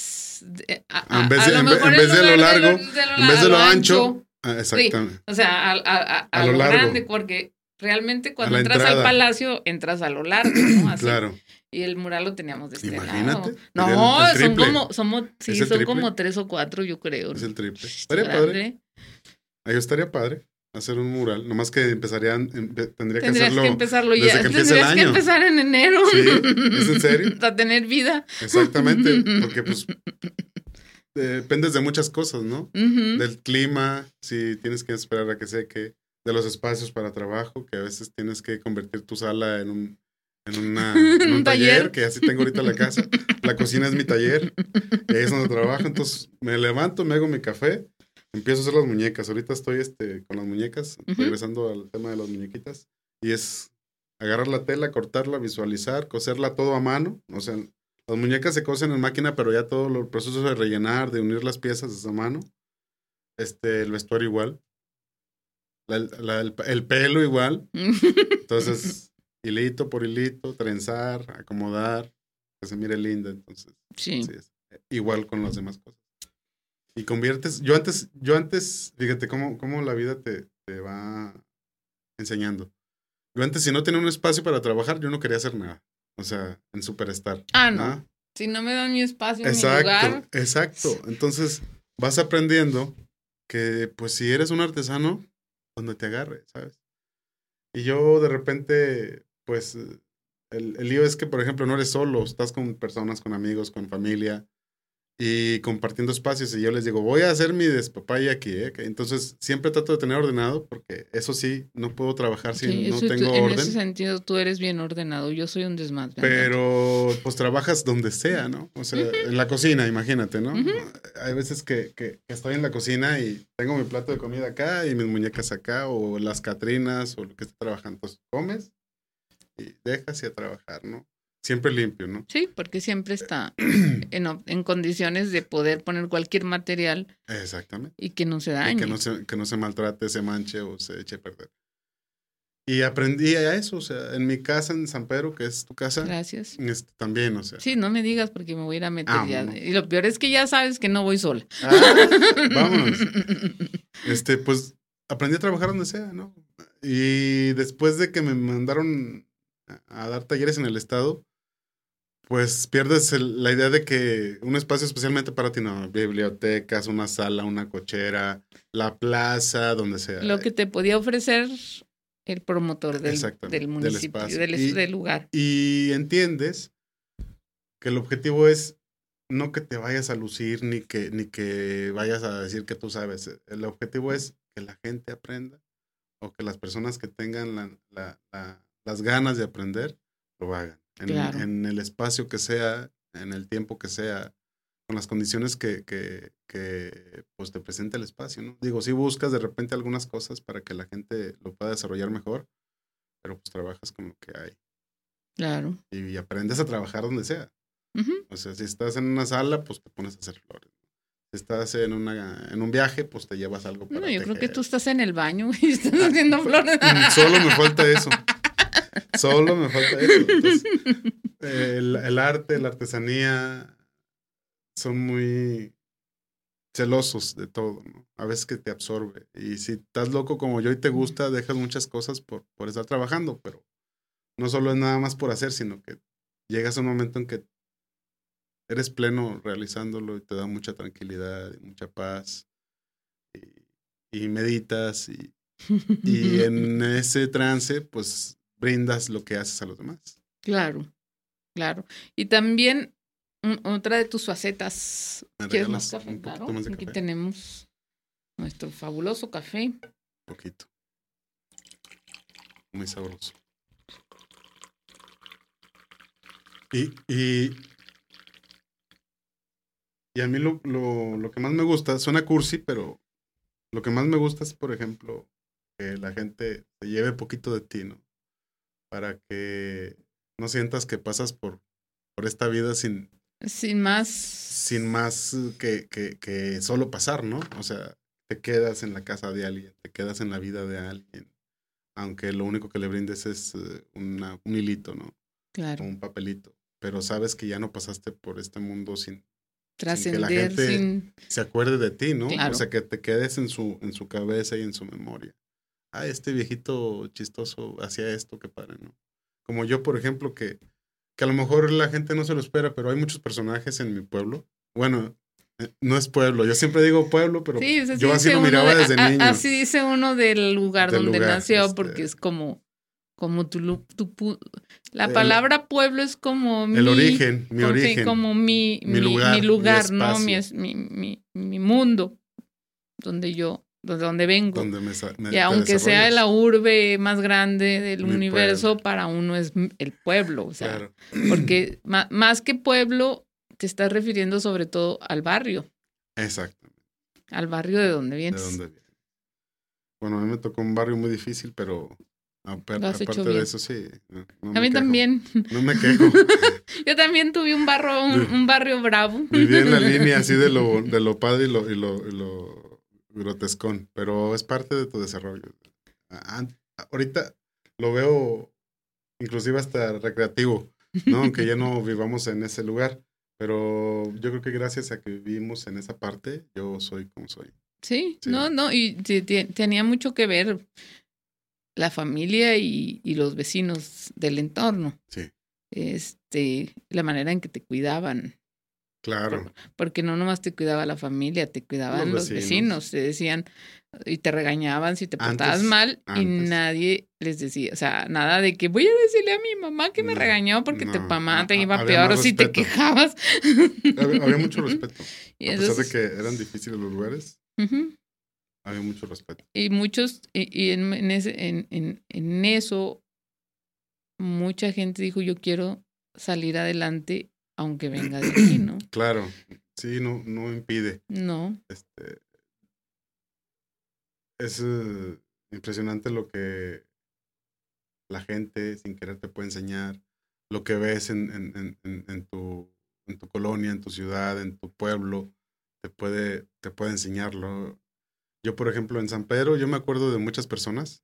De- a- a- En vez a de, lo en ve- mejor en vez de lo lugar largo, de lo- de lo- en vez a de lo lo ancho. Ah, exactamente. Sí, o sea, a, a- a- a A lo, lo largo. grande, porque realmente cuando la entras entrada. al palacio, entras a lo largo, ¿no? Así. Claro. Y el mural lo teníamos de este Imagínate. lado. No, Sería el- el son triple. como, somos, sí, ¿Es el son triple? como tres o cuatro, yo creo. Es ¿no? el triple. Está Estaría grande. padre. Ahí estaría padre hacer un mural. Nomás que empezarían, empe- tendría que Tendrías hacerlo que empezarlo desde ya. que empiece el Tendrías que año. empezar en enero. Sí, ¿es en serio? Para tener vida. Exactamente, porque pues dependes de muchas cosas, ¿no? Ujú. Del clima, si tienes que esperar a que seque, de los espacios para trabajo, que a veces tienes que convertir tu sala en un, en una, en un ¿Un taller, taller? que así tengo ahorita la casa. La cocina es mi taller, y ahí es donde trabajo. Entonces me levanto, me hago mi café, empiezo a hacer las muñecas. Ahorita estoy este, con las muñecas, Ujú. regresando al tema de las muñequitas, y es agarrar la tela, cortarla, visualizar, coserla todo a mano. O sea, las muñecas se cosen en máquina, pero ya todo el proceso de rellenar, de unir las piezas es a mano. Este, el vestuario igual. La- la- el, el pelo igual. Entonces, hilito por hilito, trenzar, acomodar, que se mire linda. Entonces, Sí. sí es. Igual con las demás cosas. Y conviertes, yo antes, yo antes, fíjate cómo, cómo la vida te, te va enseñando. Yo antes, si no tenía un espacio para trabajar, yo no quería hacer nada. O sea, en Superstar. Ah, no. ¿ah? Si no me dan mi espacio, mi Exacto, lugar. exacto. Entonces, vas aprendiendo que, pues, si eres un artesano, donde te agarre, ¿sabes? Y yo, de repente, pues, el, el lío es que, por ejemplo, no eres solo, estás con personas, con amigos, con familia, y compartiendo espacios, y yo les digo, voy a hacer mi despapaya aquí, ¿eh? Que entonces, siempre trato de tener ordenado, porque eso sí, no puedo trabajar si Sí, no eso- tengo en orden. ese sentido, tú eres bien ordenado. Yo soy un desmadre. Pero pues trabajas donde sea, ¿no? O sea, Ujú. en la cocina, imagínate, ¿no? Ujú. Hay veces que, que, que estoy en la cocina y tengo mi plato de comida acá y mis muñecas acá, o las catrinas, o lo que esté trabajando. Entonces comes y dejas y a trabajar, ¿no? Siempre limpio, ¿no? Sí, porque siempre está en, op- en condiciones de poder poner cualquier material Exactamente. y que no se Y dañe. que no se, que no se maltrate, se manche o se eche a perder. Y aprendí a eso, o sea, en mi casa en San Pedro, que es tu casa, Gracias. este, también, o sea. Sí, no me digas porque me voy a ir a meter Ah, ya. no. Y lo peor es que ya sabes que no voy sola. Ah, vámonos. Este, pues aprendí a trabajar donde sea, ¿no? Y después de que me mandaron a, a dar talleres en el estado, pues pierdes el- la idea de que un espacio especialmente para ti, no, bibliotecas, una sala, una cochera, la plaza, donde sea. Lo que te podía ofrecer el promotor del, Exactamente, del del municipio, espacio. del, Y- del lugar. Y entiendes que el objetivo es no que te vayas a lucir ni que, ni que vayas a decir que tú sabes. El objetivo es que la gente aprenda o que las personas que tengan la, la- la- las ganas de aprender lo hagan. En, Claro. en el espacio que sea, en el tiempo que sea, con las condiciones que, que, que pues te presente el espacio, ¿no? Digo, sí buscas de repente algunas cosas para que la gente lo pueda desarrollar mejor, pero pues trabajas con lo que hay Claro. y aprendes a trabajar donde sea. Ujú. O sea, si estás en una sala, pues te pones a hacer flores. Si estás en, una, en un viaje, pues te llevas algo para No, yo creo que tejer. tú estás en el baño y estás haciendo flores. Mm, Solo me falta eso. Solo me falta eso. Entonces, eh, el, el arte, la artesanía son muy celosos de todo, ¿no? A veces que te absorbe. Y si estás loco como yo y te gusta, dejas muchas cosas por, por estar trabajando, pero no solo es nada más por hacer, sino que llegas a un momento en que eres pleno realizándolo y te da mucha tranquilidad y mucha paz. Y, y meditas y, y en ese trance, pues brindas lo que haces a los demás. Claro, claro. Y también mm, otra de tus facetas. ¿Me ¿Quieres regalas más café? un poquito Claro. más de Aquí café? tenemos nuestro fabuloso café. Poquito. Muy sabroso. Y, y Y a mí lo, lo, lo que más me gusta, suena cursi, pero lo que más me gusta es, por ejemplo, que la gente se lleve poquito de ti, ¿no? Para que no sientas que pasas por, por esta vida sin, Sin más. sin más que, que, que solo pasar, ¿no? O sea, te quedas en la casa de alguien, te quedas en la vida de alguien, aunque lo único que le brindes es uh, una, un hilito, ¿no? Claro. O un papelito. Pero sabes que ya no pasaste por este mundo sin, sin que la Trascender, gente sin. se acuerde de ti, ¿no? Claro. O sea, que te quedes en su, en su cabeza y en su memoria. Ah, este viejito chistoso hacía esto, qué padre, ¿no? Como yo, por ejemplo, que, que a lo mejor la gente no se lo espera, pero hay muchos personajes en mi pueblo. Bueno, eh, no es pueblo, yo siempre digo pueblo, pero Sí, o sea, yo así así lo dice uno miraba de- desde a- niño. Así dice uno del lugar Del donde lugar, nació, este, porque es como, como tu, lu- tu pu- la el- palabra pueblo es como mi, El origen, mi como, sí, origen. como mi, mi mi, lugar, mi mi lugar, ¿no? Mi, espacio. es- mi, mi, mi mundo, donde yo, donde, donde vengo. Donde me, sa- me Y te aunque sea desarrollas. la urbe más grande del Mi universo, pueblo. para uno es m- el pueblo, o sea, Claro. porque ma- más que pueblo, te estás refiriendo sobre todo al barrio, Exactamente. al barrio de donde ¿De vienes. dónde viene? Bueno, a mí me tocó un barrio muy difícil, pero apar- Lo has hecho aparte de bien. eso, sí. No, no A me mí quejo. también. No me quejo. Yo también tuve un barrio, un, un barrio bravo. Viví en la línea así de lo, de lo padre y lo, y, lo, y lo grotescón, pero es parte de tu desarrollo. Ah, ahorita lo veo inclusive hasta recreativo, ¿no? Aunque ya no vivamos en ese lugar, pero yo creo que gracias a que vivimos en esa parte, yo soy como soy. Sí, Sí. no, no, y te- te- tenía mucho que ver la familia y, y los vecinos del entorno. Sí, Este, la manera en que te cuidaban. claro. Por- porque no nomás te cuidaba la familia, te cuidaban Los los vecinos. vecinos. Te decían y te regañaban si te portabas Antes- mal y antes. nadie les decía, o sea, nada de que voy a decirle a mi mamá que me No, regañó porque tu no, mamá te a- iba había peor o más si te respeto. quejabas. Había, había mucho respeto. Y A pesar de entonces- que eran difíciles los lugares, Ujú. había mucho respeto. Y muchos, y, y en, en, ese, en, en, en eso, mucha gente dijo, yo quiero salir adelante aunque venga de aquí, ¿no? Claro, sí, no, no impide. No, Este, es eh, impresionante lo que la gente sin querer te puede enseñar, lo que ves en, en, en, en, en tu, en tu colonia, en tu ciudad, en tu pueblo, te puede, te puede enseñarlo. Yo, por ejemplo, en San Pedro, yo me acuerdo de muchas personas,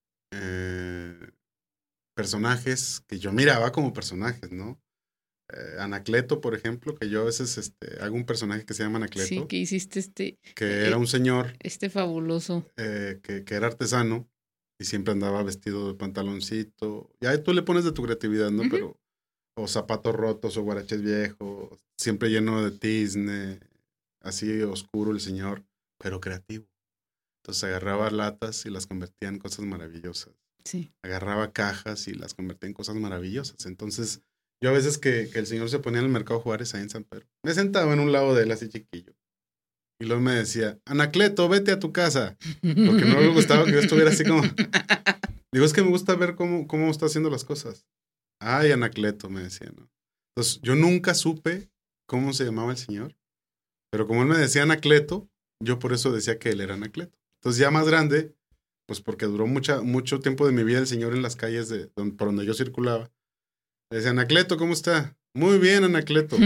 eh, personajes que yo miraba como personajes, ¿no? Eh, Anacleto, por ejemplo, que yo a veces este, hago un personaje que se llama Anacleto, sí, que hiciste este, que eh, era un señor este fabuloso. eh, que, que era artesano y siempre andaba vestido de pantaloncito. Ya tú le pones de tu creatividad, ¿no? Ujú. Pero, o zapatos rotos o guaraches viejos, siempre lleno de tizne, así oscuro el señor, pero creativo. Entonces agarraba latas y las convertía en cosas maravillosas. Sí. Agarraba cajas y las convertía en cosas maravillosas. Entonces, yo a veces que, que el señor se ponía en el Mercado Juárez ahí en San Pedro, me sentaba en un lado de él así chiquillo. Y luego me decía, Anacleto, vete a tu casa. Porque no me gustaba que yo estuviera así como... Digo, es que me gusta ver cómo, cómo está haciendo las cosas. Ay, Anacleto, me decía, ¿no? Entonces, yo nunca supe cómo se llamaba el señor. Pero como él me decía Anacleto, yo por eso decía que él era Anacleto. Entonces, ya más grande, pues porque duró mucha, mucho tiempo de mi vida el señor en las calles de, donde, por donde yo circulaba. Le decía, Anacleto, ¿cómo está? Muy bien, Anacleto.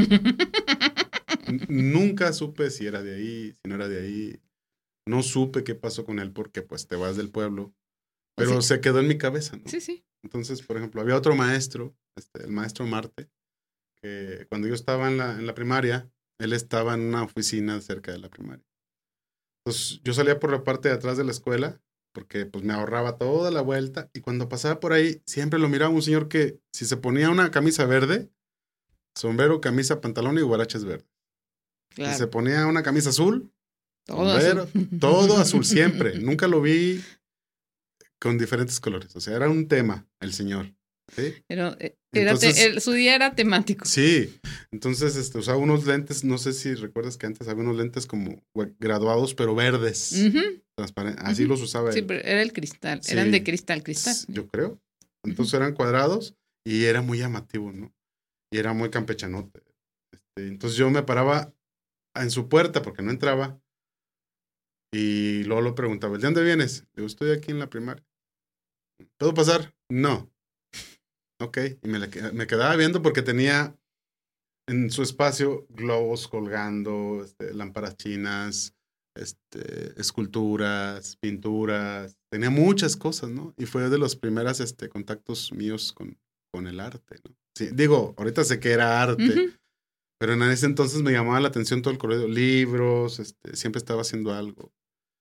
N- Nunca supe si era de ahí, si no era de ahí. No supe qué pasó con él porque pues te vas del pueblo. Pero O sea, se quedó en mi cabeza, ¿no? sí, sí. Entonces, por ejemplo, había otro maestro, este, el maestro Marte, que cuando yo estaba en la, en la primaria, él estaba en una oficina cerca de la primaria. Entonces, yo salía por la parte de atrás de la escuela porque pues me ahorraba toda la vuelta y cuando pasaba por ahí, siempre lo miraba un señor que si se ponía una camisa verde, sombrero, camisa, pantalón y guaraches verdes. Claro. Si se ponía una camisa azul, Todo sombrero, azul. todo azul siempre. Nunca lo vi con diferentes colores. O sea, era un tema el señor. ¿Sí? Pero eh, era te- Entonces- el- su día era temático. Sí. Entonces, este, usaba unos lentes, no sé si recuerdas que antes había unos lentes como gua- graduados, pero verdes. Ujú. Transparentes. Así Ujú. los usaba Sí, él. pero era el cristal. Sí. Eran de cristal, cristal. S- Yo creo. Entonces eran cuadrados y era muy llamativo, ¿no? Y era muy campechanote. Este, entonces yo me paraba en su puerta porque no entraba. Y luego lo preguntaba, ¿de dónde vienes? Le digo, estoy aquí en la primaria. ¿Puedo pasar? No. Ok. Y me, la, me quedaba viendo porque tenía en su espacio globos colgando, este, lámparas chinas, este, esculturas, pinturas. Tenía muchas cosas, ¿no? Y fue de los primeros este, contactos míos con, con el arte, ¿no? Sí, digo, ahorita sé que era arte, uh-huh. pero en ese entonces me llamaba la atención todo el correo, libros, este, siempre estaba haciendo algo.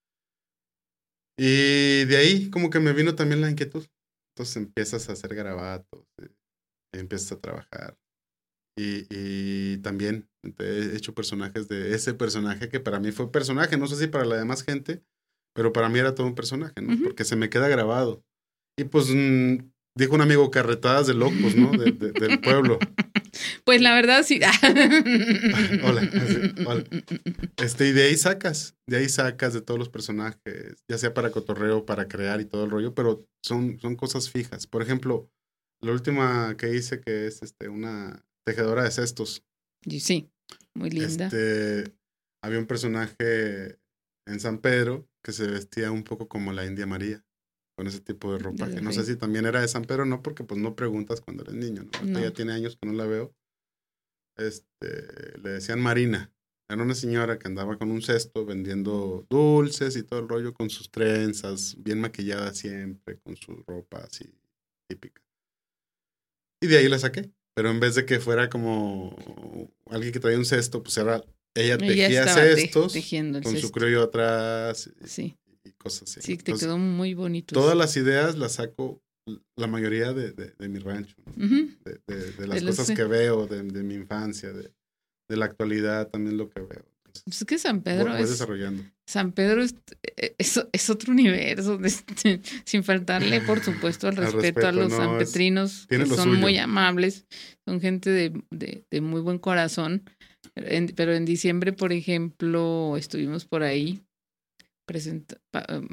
Y de ahí como que me vino también la inquietud. Entonces empiezas a hacer garabatos, eh, empiezas a trabajar. Y, y también he hecho personajes de ese personaje que para mí fue personaje, no sé si para la demás gente, pero para mí era todo un personaje, ¿no? Uh-huh. Porque se me queda grabado. Y pues mmm, dijo un amigo, carretadas de locos, ¿no? De, de, del pueblo. Pues la verdad sí. Hola, sí, hola. Este, y de ahí sacas, de ahí sacas de todos los personajes, ya sea para cotorreo, para crear y todo el rollo, pero son, son cosas fijas. Por ejemplo, la última que hice que es este, una tejedora de cestos. Sí, muy linda. Este, había un personaje en San Pedro que se vestía un poco como la India María, con ese tipo de ropaje. De no sé si también era de San Pedro, no, porque pues no preguntas cuando eres niño, ¿no? Ahorita no. Ya tiene años que no la veo. Este, le decían Marina. Era una señora que andaba con un cesto vendiendo dulces y todo el rollo con sus trenzas, bien maquillada siempre, con su ropa así típica. Y de ahí la saqué. Pero en vez de que fuera como alguien que traía un cesto, pues era, ella tejía ella cestos te- con cesto. Su criollo atrás y, sí. y cosas así. Sí, te Entonces, quedó muy bonito. Todas eso. Las ideas las saco, la mayoría de, de, de mi rancho, ¿no? Uh-huh. de, de, de las de cosas los... que veo, de, de mi infancia, de, de la actualidad, también lo que veo. Entonces, es que San Pedro voy, voy es... desarrollando. San Pedro es, es, es otro universo, este, sin faltarle, por supuesto, al respeto, respeto a los no, sanpetrinos, que son suyo. Muy amables, son gente de, de, de muy buen corazón. En, pero en diciembre, por ejemplo, estuvimos por ahí presenta, um,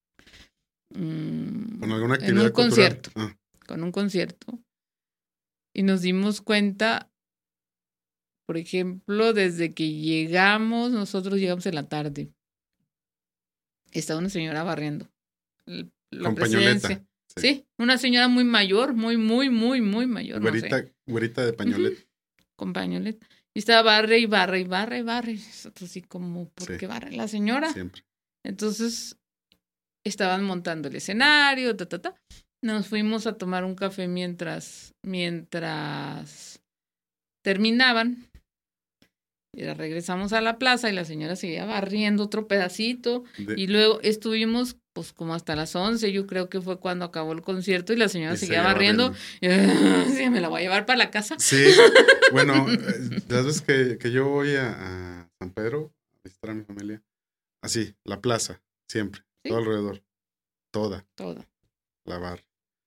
um, con alguna actividad en un cultural. concierto, ah. con un concierto, y nos dimos cuenta, por ejemplo, desde que llegamos, nosotros llegamos en la tarde. Estaba una señora barriendo la con presidencia. pañoleta. Sí. sí, una señora muy mayor, muy, muy, muy, muy mayor. Güerita, no sé. güerita de pañoleta. Uh-huh. Con pañoleta. Y estaba barre y barre y barre y barre. Nosotros así como, ¿por sí. qué barre la señora? Siempre. Entonces, estaban montando el escenario, ta, ta, ta. Nos fuimos a tomar un café mientras, mientras terminaban. Y regresamos a la plaza y la señora seguía barriendo otro pedacito. De... Y luego estuvimos, pues, como hasta las once, yo creo que fue cuando acabó el concierto, y la señora y seguía barriendo. barriendo. Y, sí, me la voy a llevar para la casa. Sí, bueno, las veces que, que yo voy a, a San Pedro a visitar a mi familia, así, la plaza, siempre, ¿sí? Todo alrededor, toda. Toda. La barra,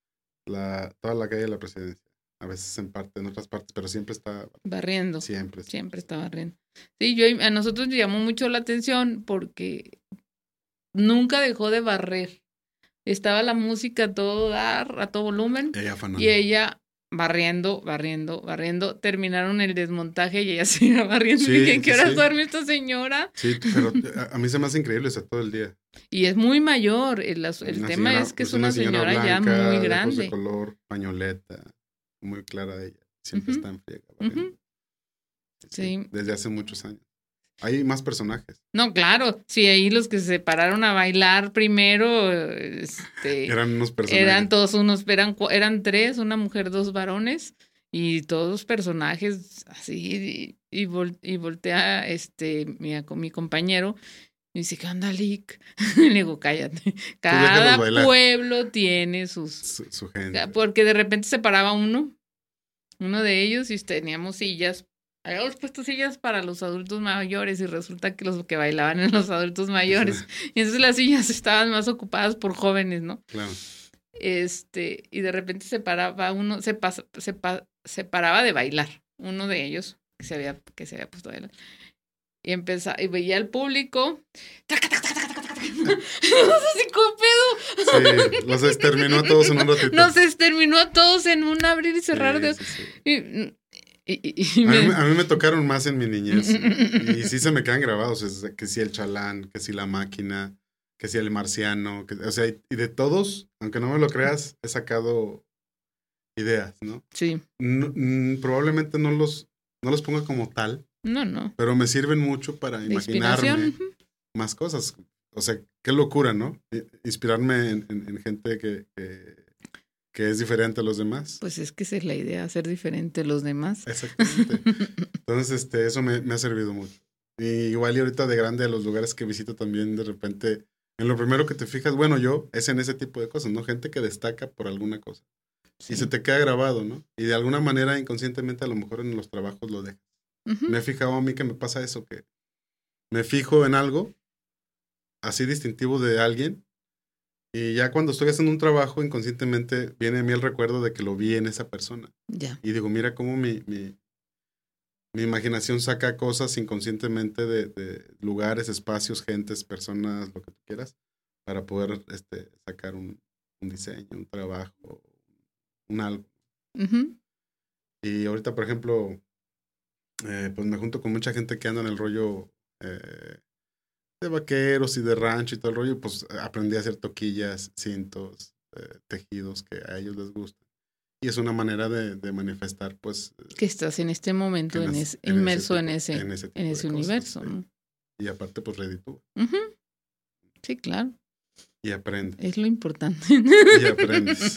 la, toda la calle de la Presidencia. A veces en parte, en otras partes, pero siempre está barriendo. Siempre. Siempre está barriendo. Sí, yo, a nosotros nos llamó mucho la atención porque nunca dejó de barrer. Estaba la música a todo dar, a todo volumen. Ella y ella barriendo, barriendo, barriendo. Terminaron el desmontaje y ella seguía barriendo. Sí, dije, ¿en qué horas sí. duerme esta señora? Sí, pero a, a mí se me hace increíble, o sea, todo el día. Y es muy mayor. El, el tema señora, es que es una, una señora, señora blanca, ya muy grande. De color, pañoleta. Muy clara de ella. Siempre uh-huh. está en friega. Uh-huh. Sí, sí. Desde hace muchos años. Hay más personajes. No, claro. Sí, ahí los que se pararon a bailar primero, este, eran unos personajes. Eran todos unos, eran, eran tres, una mujer, dos varones, y todos personajes así, y, y, vol, y voltea este, mi, mi compañero, y dice, ¿qué onda, Lick? Le digo, cállate. Cada pueblo tiene sus... Su, su gente. Porque de repente se paraba uno, uno de ellos, y teníamos sillas. Habíamos puesto sillas para los adultos mayores, y resulta que los que bailaban eran los adultos mayores. Sí. Y entonces las sillas estaban más ocupadas por jóvenes, ¿no? Claro. Este, y de repente se paraba uno, se, pas, se, pa, se paraba de bailar, uno de ellos, que se había, que se había puesto a bailar. Y empezaba, y veía al público. ¡Tac, tac, tac, tac, tac, tac! ¡Así con pedo! Sí, los exterminó a todos en un ratito. Nos exterminó a todos en un abrir y cerrar sí, de... Sí, sí. Y, Y, y, y a, me... mí, a mí me tocaron más en mi niñez. y, y sí se me quedan grabados. Es que si el Chalán, que si la máquina, que si el marciano. Que, o sea, y, y de todos, aunque no me lo creas, he sacado ideas, ¿no? Sí. No, mm, probablemente no los, no los ponga como tal. No, no. Pero me sirven mucho para De imaginarme inspiración. más cosas. O sea, qué locura, ¿no? Inspirarme en, en, en gente que, que, que es diferente a los demás. Pues es que esa es la idea, ser diferente a los demás. Exactamente. Entonces, este, eso me, me ha servido mucho. Y igual y ahorita de grande a los lugares que visito también, de repente, en lo primero que te fijas, bueno, yo, es en ese tipo de cosas, ¿no? Gente que destaca por alguna cosa. Sí. Y se te queda grabado, ¿no? Y de alguna manera, inconscientemente, a lo mejor en los trabajos lo dejas. Uh-huh. Me he fijado a mí que me pasa eso, que me fijo en algo así distintivo de alguien y ya cuando estoy haciendo un trabajo, inconscientemente viene a mí el recuerdo de que lo vi en esa persona. Yeah. Y digo, mira cómo mi, mi, mi imaginación saca cosas inconscientemente de, de lugares, espacios, gentes, personas, lo que tú quieras, para poder este, sacar un, un diseño, un trabajo, un algo. Uh-huh. Y ahorita, por ejemplo, eh, pues me junto con mucha gente que anda en el rollo eh, de vaqueros y de rancho y todo el rollo, pues aprendí a hacer toquillas, cintos, eh, tejidos que a ellos les gustan. Y es una manera de, de manifestar, pues... Que estás en este momento en es, en inmerso ese tipo, en ese, en ese, en ese universo, cosas, ¿no? Sí. Y aparte, pues reditúa. Uh-huh. Sí, claro. Y aprendes. Es lo importante. Y aprendes.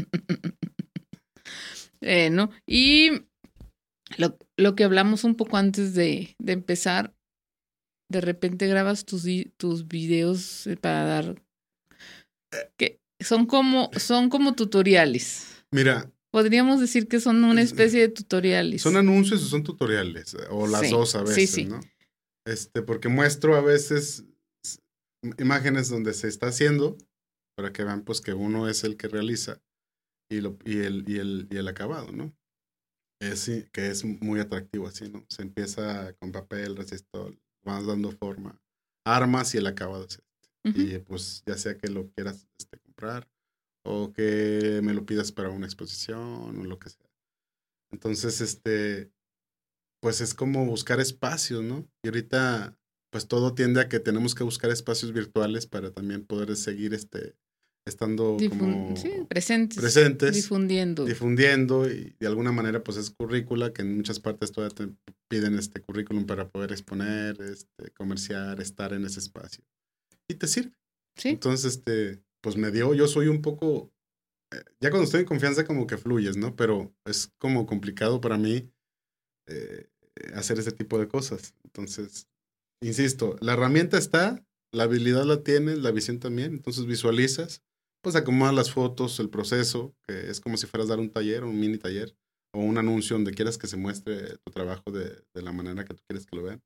eh, ¿no? Y lo, lo que hablamos un poco antes de, de empezar, de repente grabas tus, tus videos para dar... que son como, son como tutoriales. Mira. Podríamos decir que son una especie de tutoriales. Son anuncios o son tutoriales, o las sí, dos a veces, sí, sí. ¿no? Este, porque muestro a veces imágenes donde se está haciendo, para que vean pues que uno es el que realiza y, lo, y, el, y, el, y el acabado, ¿no? Es, que es muy atractivo así, ¿no? Se empieza con papel, resistor, vas dando forma, armas y el acabado es este. Uh-huh. Y pues ya sea que lo quieras este, comprar o que me lo pidas para una exposición o lo que sea. Entonces, este, pues es como buscar espacios, ¿no? Y ahorita, pues todo tiende a que tenemos que buscar espacios virtuales para también poder seguir este, estando Difun- como sí, presentes, presentes, difundiendo. Difundiendo y de alguna manera, pues es currícula, que en muchas partes todavía te piden este currículum para poder exponer, este, comerciar, estar en ese espacio. Y te sirve. Sí. Entonces, este, pues me dio, yo soy un poco, eh, ya cuando estoy en confianza como que fluyes, ¿no? Pero es como complicado para mí eh, hacer ese tipo de cosas. Entonces, insisto, la herramienta está, la habilidad la tienes, la visión también, entonces visualizas, pues acomodas las fotos, el proceso, que es como si fueras a dar un taller, un mini taller, o un anuncio donde quieras que se muestre tu trabajo de, de la manera que tú quieres que lo vean.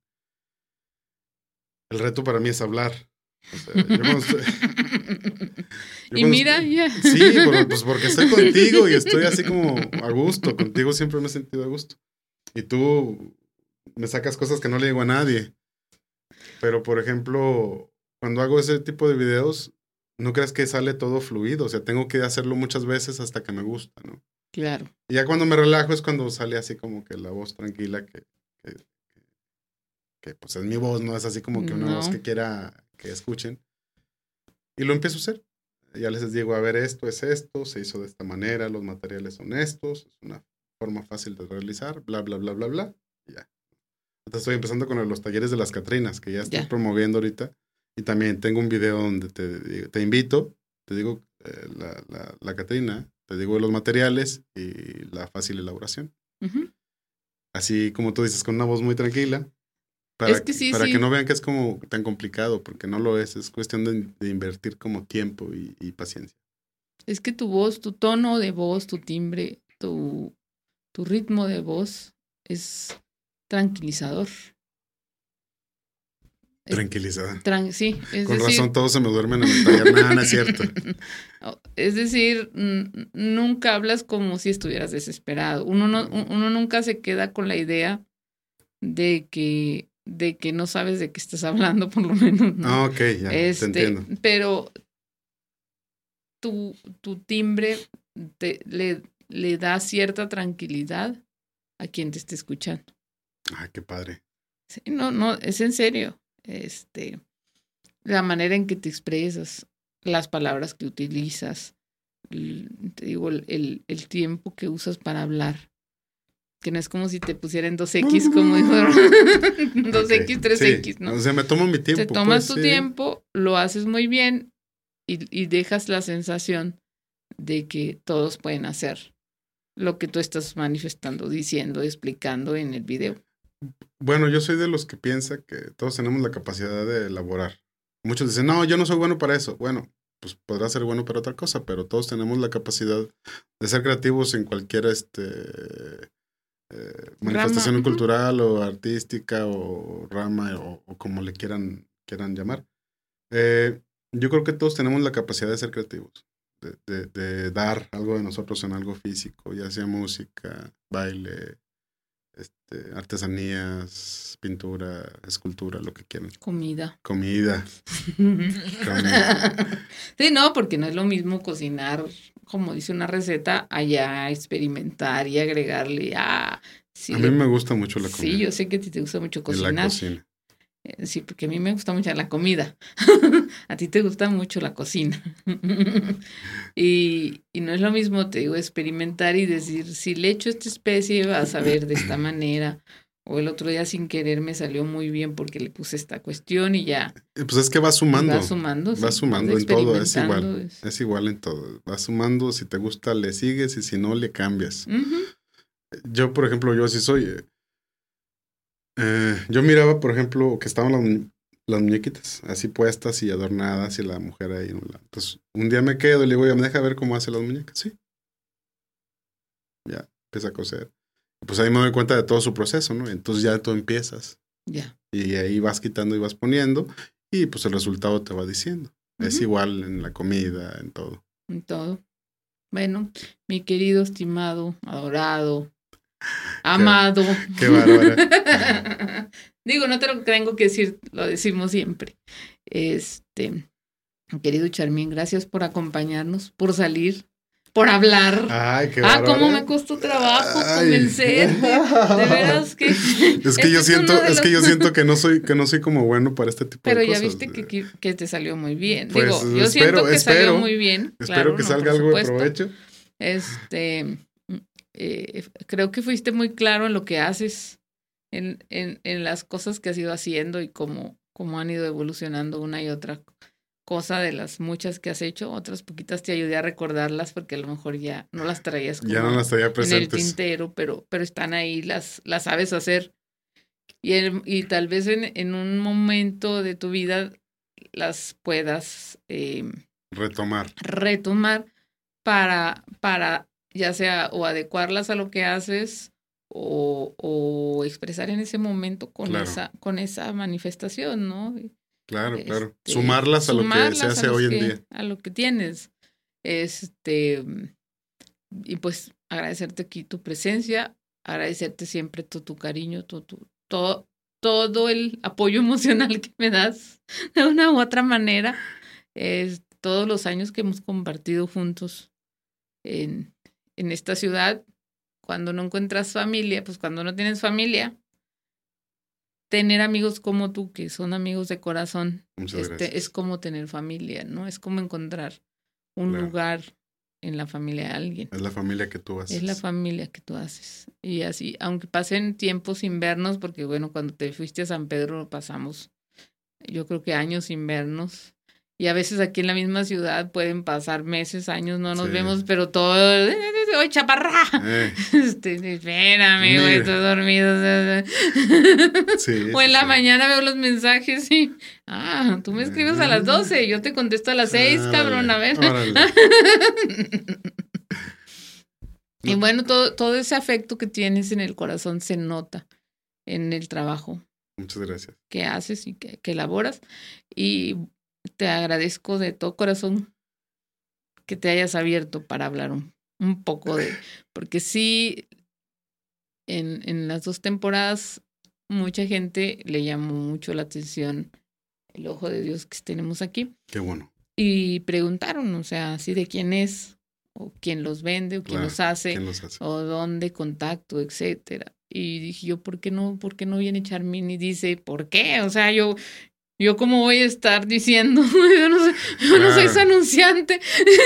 El reto para mí es hablar. O sea, yo cuando estoy, yo y mira, estoy, ya. Yeah. Sí, pero, pues porque estoy contigo y estoy así como a gusto. Contigo siempre me he sentido a gusto. Y tú me sacas cosas que no le digo a nadie. Pero, por ejemplo, cuando hago ese tipo de videos, no creas que sale todo fluido. O sea, tengo que hacerlo muchas veces hasta que me gusta, ¿no? Claro. Y ya cuando me relajo es cuando sale así como que la voz tranquila que, que, que, que pues es mi voz, no es así como que una no. voz que quiera que escuchen. Y lo empiezo a hacer. Ya les digo, a ver, esto es esto, se hizo de esta manera, los materiales son estos, es una forma fácil de realizar, bla, bla, bla, bla, bla, y ya. Entonces estoy empezando con los talleres de las Catrinas, que ya estoy ya. promoviendo ahorita, y también tengo un video donde te, te invito, te digo eh, la, la, la Catrina, te digo los materiales y la fácil elaboración. Uh-huh. Así como tú dices, con una voz muy tranquila, para, es que, sí, para sí. que no vean que es como tan complicado, porque no lo es, es cuestión de, de invertir como tiempo y, y paciencia. Es que tu voz, tu tono de voz, tu timbre, tu, tu ritmo de voz es tranquilizador. Tranquilizador. Tran- sí, es Con decir, razón todos se me duermen en el taller, nada, no es cierto. Es decir, n- nunca hablas como si estuvieras desesperado. Uno, no, uno nunca se queda con la idea de que, de que no sabes de qué estás hablando, por lo menos, ¿no? Ah, ok, ya, este, te entiendo. Pero tu, tu timbre te, le, le da cierta tranquilidad a quien te esté escuchando. Ay, qué padre. Sí, no, no, es en serio. Este, la manera en que te expresas, las palabras que utilizas, el, te digo, el, el, el tiempo que usas para hablar. Que no es como si te pusieran dos equis, como dijo dos equis, Ok, tres sí. equis, ¿no? O sea, me tomo mi tiempo. Te tomas pues, tu sí. tiempo, lo haces muy bien y, y dejas la sensación de que todos pueden hacer lo que tú estás manifestando, diciendo, explicando en el video. Bueno, yo soy de los que piensa que todos tenemos la capacidad de elaborar. Muchos dicen, no, yo no soy bueno para eso. Bueno, pues podrá ser bueno para otra cosa, pero todos tenemos la capacidad de ser creativos en cualquier este eh, manifestación Rama, cultural o artística o rama o, o como le quieran, quieran llamar. Eh, yo creo que todos tenemos la capacidad de ser creativos, de, de, de dar algo de nosotros en algo físico, ya sea música, baile, este, artesanías, pintura, escultura, lo que quieran. comida. Comida. Comida. Sí, no, porque no es lo mismo cocinar, como dice una receta, allá experimentar y agregarle. Ah, sí, A mí me gusta mucho la comida. Sí, yo sé que a ti te gusta mucho Y cocinar. la cocina. Eh, Sí, porque a mí me gusta mucho la comida. A ti te gusta mucho la cocina. y, y no es lo mismo, te digo, experimentar y decir, si le echo esta especie, vas a ver de esta manera. O el otro día sin querer me salió muy bien porque le puse esta cuestión y ya. Eh, Pues es que va sumando. Va sumando. Va sí, sumando vas en todo, es experimentando, igual. es- Es igual en todo. Va sumando, si te gusta le sigues y si no le cambias. Ujú. Yo, por ejemplo, yo así soy. eh, eh, yo miraba, por ejemplo, que estaban las, mu- las muñequitas así puestas y adornadas y la mujer ahí en un lado. Entonces, un día me quedo y le digo, oye, ¿me deja ver cómo hace las muñecas? Sí. Ya, empieza a coser. Pues ahí me doy cuenta de todo su proceso, ¿no? Entonces ya tú empiezas. Ya. Y ahí vas quitando y vas poniendo y pues el resultado te va diciendo. Es Ujú. igual en la comida, en todo. En todo. Bueno, mi querido, estimado, adorado, amado. Qué bárbara. Digo, no te lo tengo que decir, lo decimos siempre. Este, querido Charmín, gracias por acompañarnos, por salir, por hablar. Ay, qué Ah, bárbara. cómo me costó trabajo Ay. convencerte. De veras que. Es que Este yo es siento, uno de es que los- yo siento que no soy, que no soy como bueno para este tipo Pero de ya cosas. viste que, que, que te salió muy bien. Pues, Digo, yo espero, siento que espero, salió muy bien. Espero claro, que no, salga por algo de supuesto. provecho. Este, eh, creo que fuiste muy claro en lo que haces, en, en, en las cosas que has ido haciendo y cómo, cómo han ido evolucionando una y otra cosa de las muchas que has hecho. Otras poquitas te ayudé a recordarlas porque a lo mejor ya no las traías como Ya no las traía en el presentes. tintero, pero, pero están ahí, las, las sabes hacer. Y, el- y tal vez en, en un momento de tu vida las puedas eh, Retomar. retomar para, para ya sea o adecuarlas a lo que haces o, o expresar en ese momento con, Claro. esa, con esa manifestación, ¿no? Claro, claro. Este, Sumarlas a lo que sumarlas se a hace los hoy en que- día. A lo que tienes. Este, y pues agradecerte aquí tu presencia, agradecerte siempre todo tu cariño, todo, tu- todo, todo el apoyo emocional que me das de una u otra manera. Es, todos los años que hemos compartido juntos en, en esta ciudad, cuando no encuentras familia, pues cuando no tienes familia, tener amigos como tú, que son amigos de corazón, Muchas este, gracias. es como tener familia, ¿no? Es como encontrar un Claro. lugar en la familia de alguien. Es la familia que tú haces. Es la familia que tú haces. Y así, aunque pasen tiempos sin vernos, porque bueno, cuando te fuiste a San Pedro pasamos, yo creo que años sin vernos. Y a veces aquí en la misma ciudad pueden pasar meses, años, no nos Sí. vemos, pero todo, ¡oye, chaparra! Eh, Este, espérame, güey, Mira. estoy dormido. sí, O en sí, la sí. mañana veo los mensajes y, ah, tú me escribes a las doce, yo te contesto a las seis, Órale, cabrón, a ver. órale. Y bueno, todo, todo ese afecto que tienes en el corazón se nota en el trabajo Muchas gracias. que haces y que, que elaboras. Y te agradezco de todo corazón que te hayas abierto para hablar un, un poco de... Porque sí, en, en las dos temporadas, mucha gente le llamó mucho la atención el ojo de Dios que tenemos aquí. Qué bueno. Y preguntaron, o sea, así de quién es, o quién los vende, o quién, Claro, los, hace, ¿quién los hace? o dónde contacto, etcétera. Y dije yo, ¿por qué no, por qué no viene Charmín y dice, ¿por qué? O sea, yo, yo cómo voy a estar diciendo, yo no, sé, yo Claro. no soy su anunciante.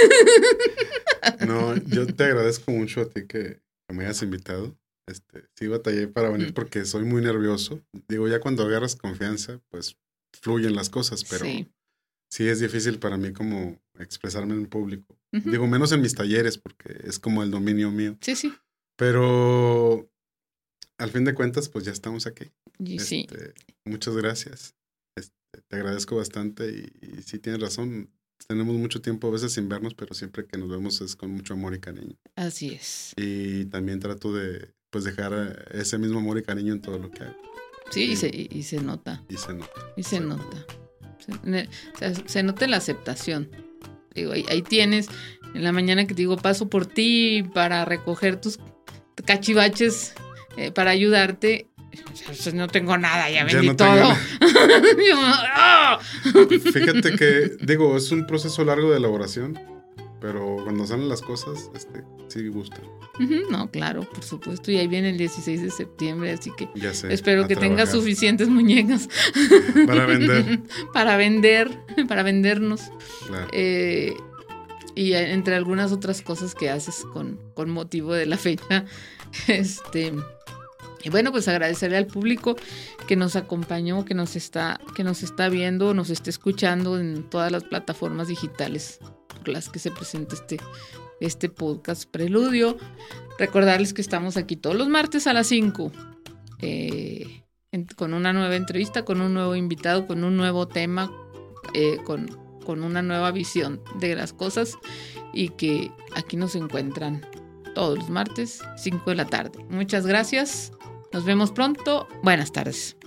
No, yo te agradezco mucho a ti que, que me hayas invitado. Este, sí batallé para venir Mm. porque soy muy nervioso. Digo, ya cuando agarras confianza, pues fluyen las cosas, pero Sí. sí es difícil para mí como expresarme en público. Ujú. Digo, menos en mis talleres porque es como el dominio mío. Sí, sí. Pero al fin de cuentas, pues ya estamos aquí. Y sí. Este, muchas gracias. Este, te agradezco bastante y, y sí tienes razón. Tenemos mucho tiempo a veces sin vernos, pero siempre que nos vemos es con mucho amor y cariño. Así es. Y también trato de pues dejar eh, ese mismo amor y cariño en todo lo que hago. Sí, y Y- se, y, y se nota. Y se nota. Y se Sí. nota. Se, ne- o sea, se nota la aceptación. Digo, ahí, ahí tienes, en la mañana que te digo, paso por ti para recoger tus cachivaches, eh, para ayudarte. Pues no tengo nada, ya Ya vendí no tengo todo. nada. Yo, ¡ah! Fíjate que, digo, es un proceso largo de elaboración, pero cuando salen las cosas, este, sí gustan. Ujú, no, claro, por supuesto. Y ahí viene el dieciséis de septiembre, así que Ya sé. espero a que tengas trabajar. suficientes muñecas Para vender. para vender, para vendernos. Claro. Eh, y entre algunas otras cosas que haces con, con motivo de la fecha. Este, y bueno, pues agradecerle al público que nos acompañó, que nos está, que nos está viendo, nos está escuchando en todas las plataformas digitales por las que se presenta este, este podcast Preludio. Recordarles que estamos aquí todos los martes a las cinco. Eh, en- con una nueva entrevista, con un nuevo invitado, con un nuevo tema, eh, con, con una nueva visión de las cosas, y que aquí nos encuentran todos los martes, cinco de la tarde. Muchas gracias. Nos vemos pronto. Buenas tardes.